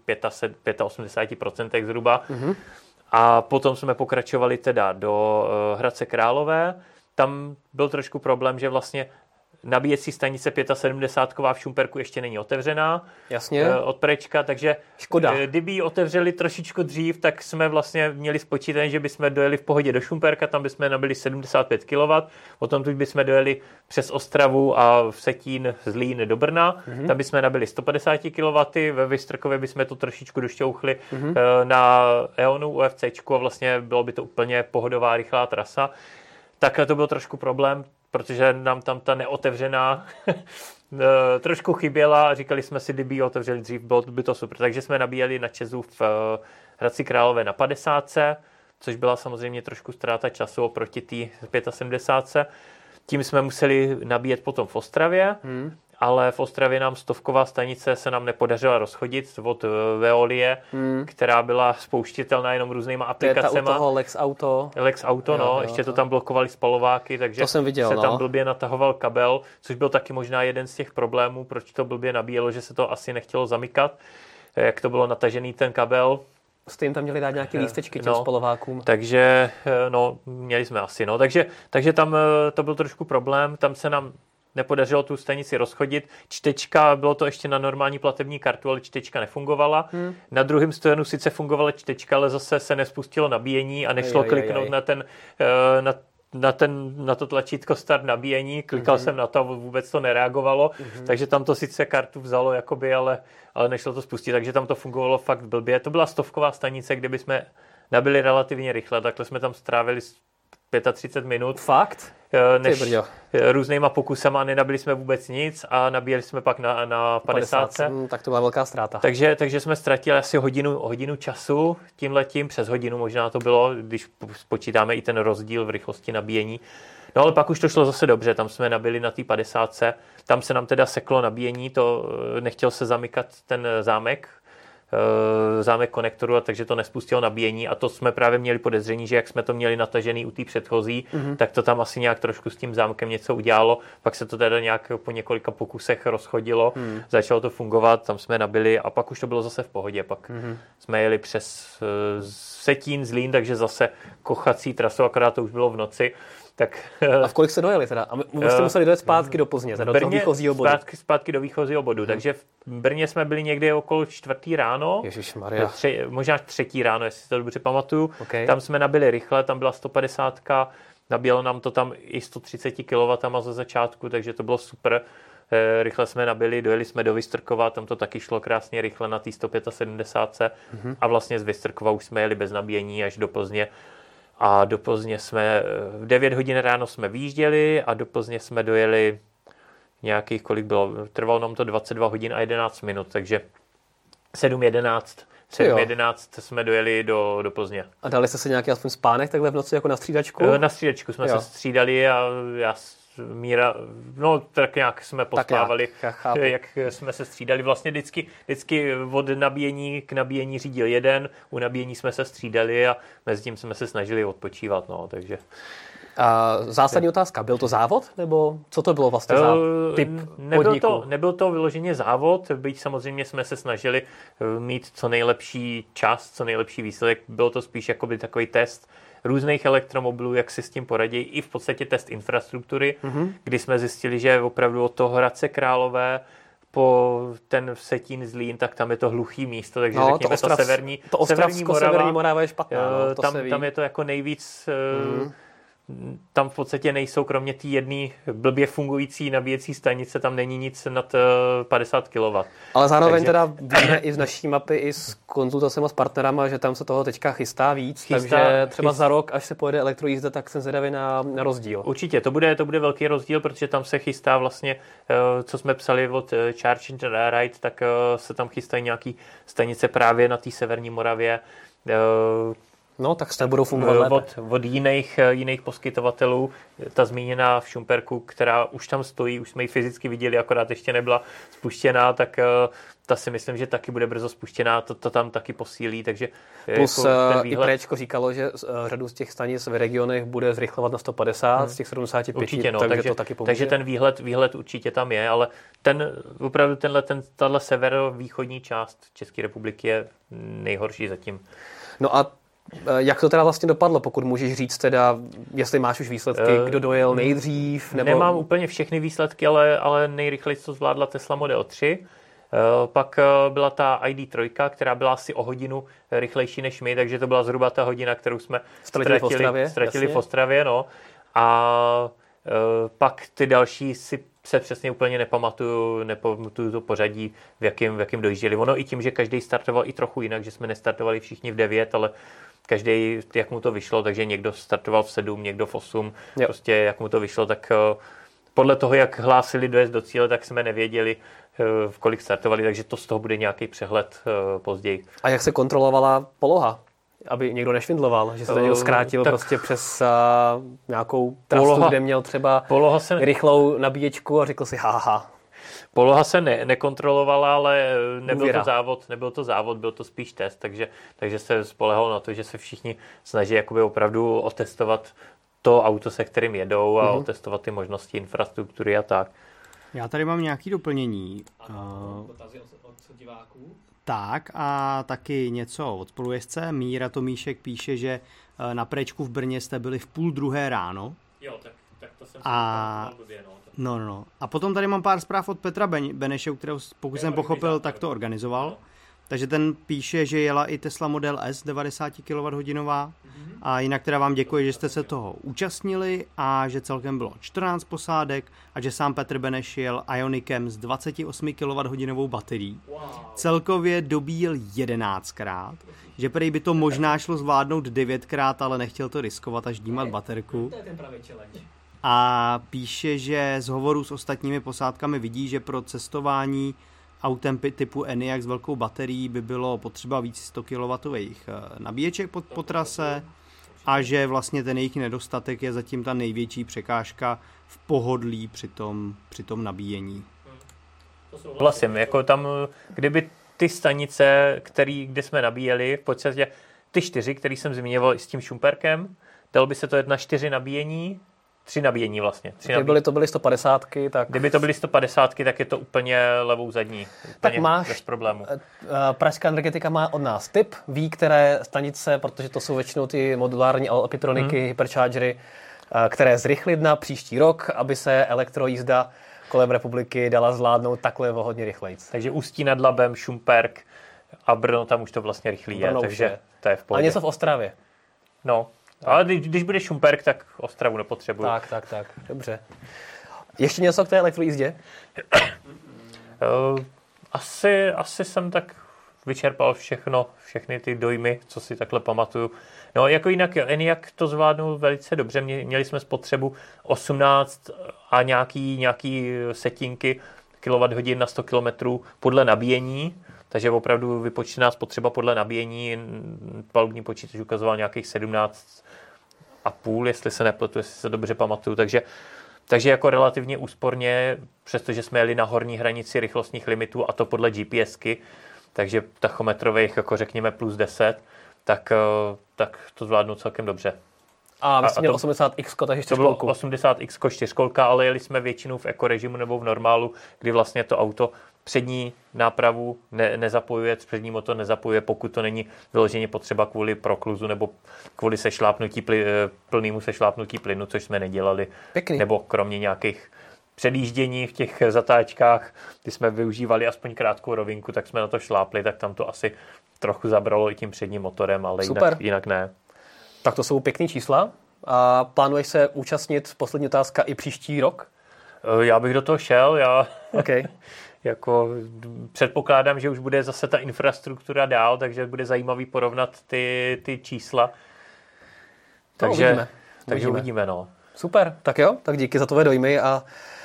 85% zhruba. A potom jsme pokračovali teda do Hradce Králové. Tam byl trošku problém, že vlastně nabíjecí stanice 75 v Šumperku ještě není otevřená. Jasně. Od Prečka, takže škoda. Kdyby ji otevřeli trošičku dřív, tak jsme vlastně měli spočítat, že bychom dojeli v pohodě do Šumperka, tam bychom nabili 75 kW, potom tu bychom dojeli přes Ostravu a v Setín, Zlín do Brna, tam bychom nabili 150 kW, ve Vystrkově bychom to trošičku došťouchli na EONu, UFCčku a vlastně bylo by to úplně pohodová, rychlá trasa. Takhle to byl trošku problém, protože nám tam ta neotevřená trošku chyběla a říkali jsme si, kdyby ji otevřeli dřív, bylo by to super. Takže jsme nabíjeli na Česu v Hradci Králové na 50, což byla samozřejmě trošku ztráta času oproti té 75. Tím jsme museli nabíjet potom v Ostravě, ale v Ostravě nám 100ková stanice se nám nepodařila rozchodit od Veolie, která byla spouštitelná jenom různýma aplikacemi. To je ta u toho Lex Auto. Lex Auto, jo, ještě to tam blokovali spalováky, takže to jsem viděl, se tam blbě natahoval kabel, což byl taky možná jeden z těch problémů, proč to blbě nabíjelo, že se to asi nechtělo zamykat, jak to bylo natažený ten kabel. Jste jim tam měli dát nějaké lístečky těm spalovákům. Takže, měli jsme asi, takže tam to byl trošku problém, tam se nám nepodařilo tu stanici rozchodit. Čtečka, bylo to ještě na normální platební kartu, ale čtečka nefungovala. Na druhém stojanu sice fungovala čtečka, ale zase se nespustilo nabíjení a nešlo kliknout na to tlačítko start nabíjení. Klikal jsem na to a vůbec to nereagovalo, takže tam to sice kartu vzalo, jakoby, ale nešlo to spustit, takže tam to fungovalo fakt blbě. To byla 100ková stanice, kde bychom nabili relativně rychle, takhle jsme tam strávili 35 minut. Fakt? Než různýma pokusama, nenabili jsme vůbec nic a nabíjeli jsme pak na 50. Tak to byla velká ztráta. Takže jsme ztratili asi hodinu času, tímhletím přes hodinu možná to bylo, když spočítáme i ten rozdíl v rychlosti nabíjení. No ale pak už to šlo zase dobře, tam jsme nabili na té 50. Tam se nám teda seklo nabíjení, to nechtěl se zamykat ten zámek konektoru, a takže to nespustilo nabíjení a to jsme právě měli podezření, že jak jsme to měli natažený u té předchozí, tak to tam asi nějak trošku s tím zámkem něco udělalo, pak se to teda nějak po několika pokusech rozchodilo, začalo to fungovat, tam jsme nabili a pak už to bylo zase v pohodě, pak jsme jeli přes Vsetín, Zlín, takže zase kochací trasu, akorát to už bylo v noci. Tak, a v kolik se dojeli teda? A my jste museli dojet zpátky do Plzně, do toho výchozího bodu. Zpátky do výchozího bodu, takže v Brně jsme byli někde okolo 4. ráno. Ježišmarja. Možná 3. ráno, jestli si to dobře pamatuju. Okay. Tam jsme nabili rychle, tam byla 150, nabíjelo nám to tam i 130 kW ze začátku, takže to bylo super. Rychle jsme nabili, dojeli jsme do Vystrkova, tam to taky šlo krásně rychle na té 175 a vlastně z Vystrkova už jsme jeli bez nabíjení až do Plzně. A do Plzně jsme v 9 hodin ráno jsme vyjížděli a do Plzně jsme dojeli nějakých, kolik bylo, trvalo nám to 22 hodin a 11 minut, takže 7:11 jsme dojeli do Plzně. A dali jste se nějaký aspoň spánek takhle v noci jako na střídačku? Na střídačku jsme se střídali a Míra, no tak nějak jsme pospávali, jak jsme se střídali. Vlastně vždycky od nabíjení k nabíjení řídil jeden, u nabíjení jsme se střídali a mezi tím jsme se snažili odpočívat, no, takže. A zásadní otázka, byl to závod, nebo co to bylo vlastně za typ podniku? Nebyl to vyloženě závod, byť samozřejmě jsme se snažili mít co nejlepší čas, co nejlepší výsledek, bylo to spíš jakoby takový test různých elektromobilů, jak si s tím poradí, i v podstatě test infrastruktury, kdy jsme zjistili, že opravdu od toho Hradce Králové po ten Vsetín, Zlín, tak tam je to hluchý místo, takže řekněme to severní Morava je špatná. Tam je to jako nejvíc. Tam v podstatě nejsou, kromě té jedné blbě fungující nabíjecí stanice, tam není nic nad 50 kW. Ale zároveň teda víme i z naší mapy, i s konzultacemi s partnerama, že tam se toho teďka chystá víc, takže třeba za rok, až se pojede elektrojízda, tak jsem zvědavý na rozdíl. Určitě, to bude velký rozdíl, protože tam se chystá vlastně, co jsme psali od Charge and Ride, tak se tam chystají nějaký stanice právě na té severní Moravě. No, tak snad budou fungovat lépe. Od jiných poskytovatelů. Ta zmíněná v Šumperku, která už tam stojí, už jsme ji fyzicky viděli, akorát ještě nebyla spuštěná, tak ta si myslím, že taky bude brzo spuštěná, to tam taky posílí, takže plus jako výhled... i Préčko říkalo, že řadu z těch stanic v regionech bude zrychlovat na 150, z těch 75, určitě, no, takže to taky pomůže. Takže ten výhled určitě tam je, ale opravdu tahle severovýchodní část České republiky je nejhorší zatím. No a jak to teda vlastně dopadlo, pokud můžeš říct teda, jestli máš už výsledky, kdo dojel nejdřív? Nebo... Nemám úplně všechny výsledky, ale nejrychleji to zvládla Tesla Model 3. Pak byla ta ID3, která byla asi o hodinu rychlejší než my, takže to byla zhruba ta hodina, kterou jsme ztratili v Ostravě. No. A pak ty další se přesně úplně nepamatuju to pořadí, v jakém dojížděli. Ono i tím, že každý startoval i trochu jinak, že jsme nestartovali všichni v 9, ale každý, jak mu to vyšlo, takže někdo startoval v 7, někdo v 8, prostě jak mu to vyšlo, tak podle toho, jak hlásili dojezd do cíle, tak jsme nevěděli, v kolik startovali, takže to z toho bude nějaký přehled později. A jak se kontrolovala poloha? Aby někdo nešvindloval, že se to někdo zkrátil prostě přes nějakou trasu, kde měl třeba rychlou nabíječku a řekl si haha. Poloha se nekontrolovala, ale nebyl to závod, byl to spíš test, takže se spolehalo na to, že se všichni snaží jakoby opravdu otestovat to auto, se kterým jedou a otestovat ty možnosti infrastruktury a tak. Já tady mám nějaké doplnění. Dotazy od diváků. Tak a taky něco od spolujezdce. Míra Tomíšek píše, že na Préčku v Brně jste byli v 1:30 ráno. Jo, tak to jsem blbě, no. No. A potom tady mám pár zpráv od Petra Beneše, kterého, pokud jsem pochopil, tak to organizoval. Takže ten píše, že jela i Tesla Model S 90 kWh a jinak teda vám děkuji, že jste se toho účastnili a že celkem bylo 14 posádek a že sám Petr Beneš jel Ionicem s 28 kWh baterií. Celkově dobíjel 11krát, že prý by to možná šlo zvládnout 9krát, ale nechtěl to riskovat a ždímat baterku. To je ten pravý challenge. A píše, že z hovorů s ostatními posádkami vidí, že pro cestování autem typu Enyaq s velkou baterií by bylo potřeba víc 100 kW nabíječek po trase a že vlastně ten jejich nedostatek je zatím ta největší překážka v pohodlí při tom nabíjení. Vlastně, jako tam, kdyby ty stanice, kde jsme nabíjeli, v podstatě ty 4, které jsem zmiňoval i s tím šumperkem, dalo by se to 4 nabíjení, 3 nabíjení vlastně. Kdyby to byly 150, tak... Kdyby to byly 150, tak je to úplně levou zadní. Úplně tak máš... bez problému. Pražská energetika má od nás tip, ví, které stanice, protože to jsou většinou ty modulární alpitroniky, hyperchargery, které zrychlit na příští rok, aby se elektrojízda kolem republiky dala zvládnout takhle hodně rychleji. Takže Ústí nad Labem, Šumperk a Brno, tam už to vlastně rychlý je, takže to je v pohodě. A něco v Ostravě. No, ale když bude Šumperk, tak Ostravu nepotřebuju. Tak, dobře. Ještě něco k té elektrojízdě? Asi jsem tak vyčerpal všechny ty dojmy, co si takhle pamatuju. No, jako jinak Enyaq to zvládnul velice dobře. Měli jsme spotřebu 18 a nějaký setinky kWh na 100 km podle nabíjení, takže opravdu vypočtená spotřeba podle nabíjení. Palubní počítač ukazoval nějakých 17,5, jestli se nepletu, jestli se dobře pamatuju, takže jako relativně úsporně, přestože jsme jeli na horní hranici rychlostních limitů a to podle GPSky, takže tachometrových, jako řekněme plus 10, tak to zvládnu celkem dobře. A vy jste měl 80X, takže 4. To bylo 80X 4, ale jeli jsme většinou v ekorežimu nebo v normálu, kdy vlastně to auto přední nápravu nezapojuje, přední motor nezapojuje, pokud to není vyloženě potřeba kvůli prokluzu nebo kvůli plnému sešlápnutí plynu, což jsme nedělali. Pěkný. Nebo kromě nějakých předjíždění v těch zatáčkách, kdy jsme využívali aspoň krátkou rovinku, tak jsme na to šlápli, tak tam to asi trochu zabralo i tím předním motorem, ale jinak ne. Tak to jsou pěkný čísla. A plánuješ se účastnit, poslední otázka, i příští rok? Já bych do toho šel. Okay. Jako předpokládám, že už bude zase ta infrastruktura dál, takže bude zajímavý porovnat ty čísla. Takže uvidíme. No. Super, tak jo, tak díky za tvoje dojmy a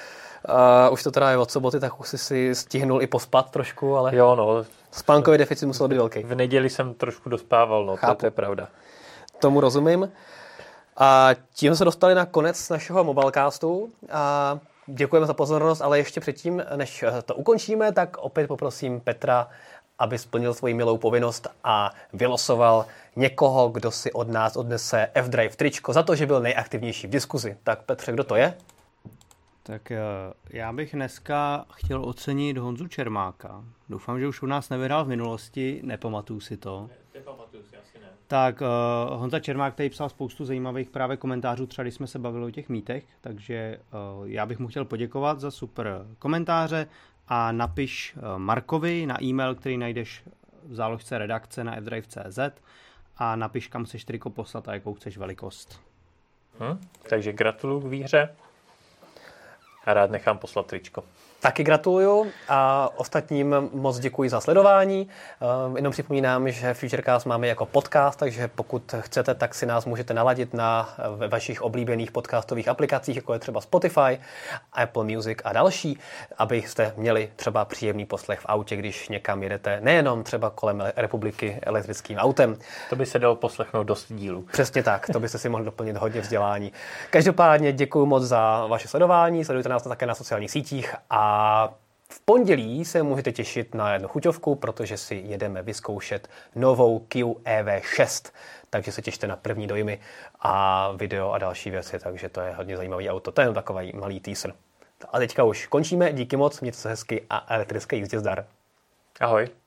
už to teda je od soboty, tak už si stihnul i pospat trošku, ale jo, no. Spánkový deficit musel být velký. V neděli jsem trošku dospával, no, to je pravda. Tomu rozumím. A tím se dostali na konec našeho Mobilecastu a děkujeme za pozornost, ale ještě předtím, než to ukončíme, tak opět poprosím Petra, aby splnil svoji milou povinnost a vylosoval někoho, kdo si od nás odnese F-Drive tričko za to, že byl nejaktivnější v diskuzi. Tak Petře, kdo to je? Tak já bych dneska chtěl ocenit Honzu Čermáka. Doufám, že už u nás nevydal v minulosti, nepamatuju si to. Nepamatuju si, asi ne. Tak Honza Čermák tady psal spoustu zajímavých právě komentářů, třeba když jsme se bavili o těch mýtech, takže já bych mu chtěl poděkovat za super komentáře a napiš Markovi na e-mail, který najdeš v záložce redakce na fdrive.cz a napiš, kam chceš triko poslat a jakou chceš velikost. Takže gratuluju k výhře a rád nechám poslat tričko. Taky gratuluju a ostatním moc děkuji za sledování. Jenom připomínám, že Futurecast máme jako podcast, takže pokud chcete, tak si nás můžete naladit na vašich oblíbených podcastových aplikacích, jako je třeba Spotify, Apple Music a další, abyste měli třeba příjemný poslech v autě, když někam jedete, nejenom třeba kolem republiky elektrickým autem. To by se dalo poslechnout dost dílů. Přesně tak, to byste si mohli doplnit hodně vzdělání. Každopádně děkuji moc za vaše sledování, sledujte nás také na sociálních sítích a v pondělí se můžete těšit na jednu chuťovku, protože si jedeme vyzkoušet novou Kia EV6, takže se těšte na první dojmy a video a další věci, takže to je hodně zajímavý auto, to je jen takový malý teaser. A teďka už končíme, díky moc, mějte se hezky a elektrické jízdě zdar. Ahoj.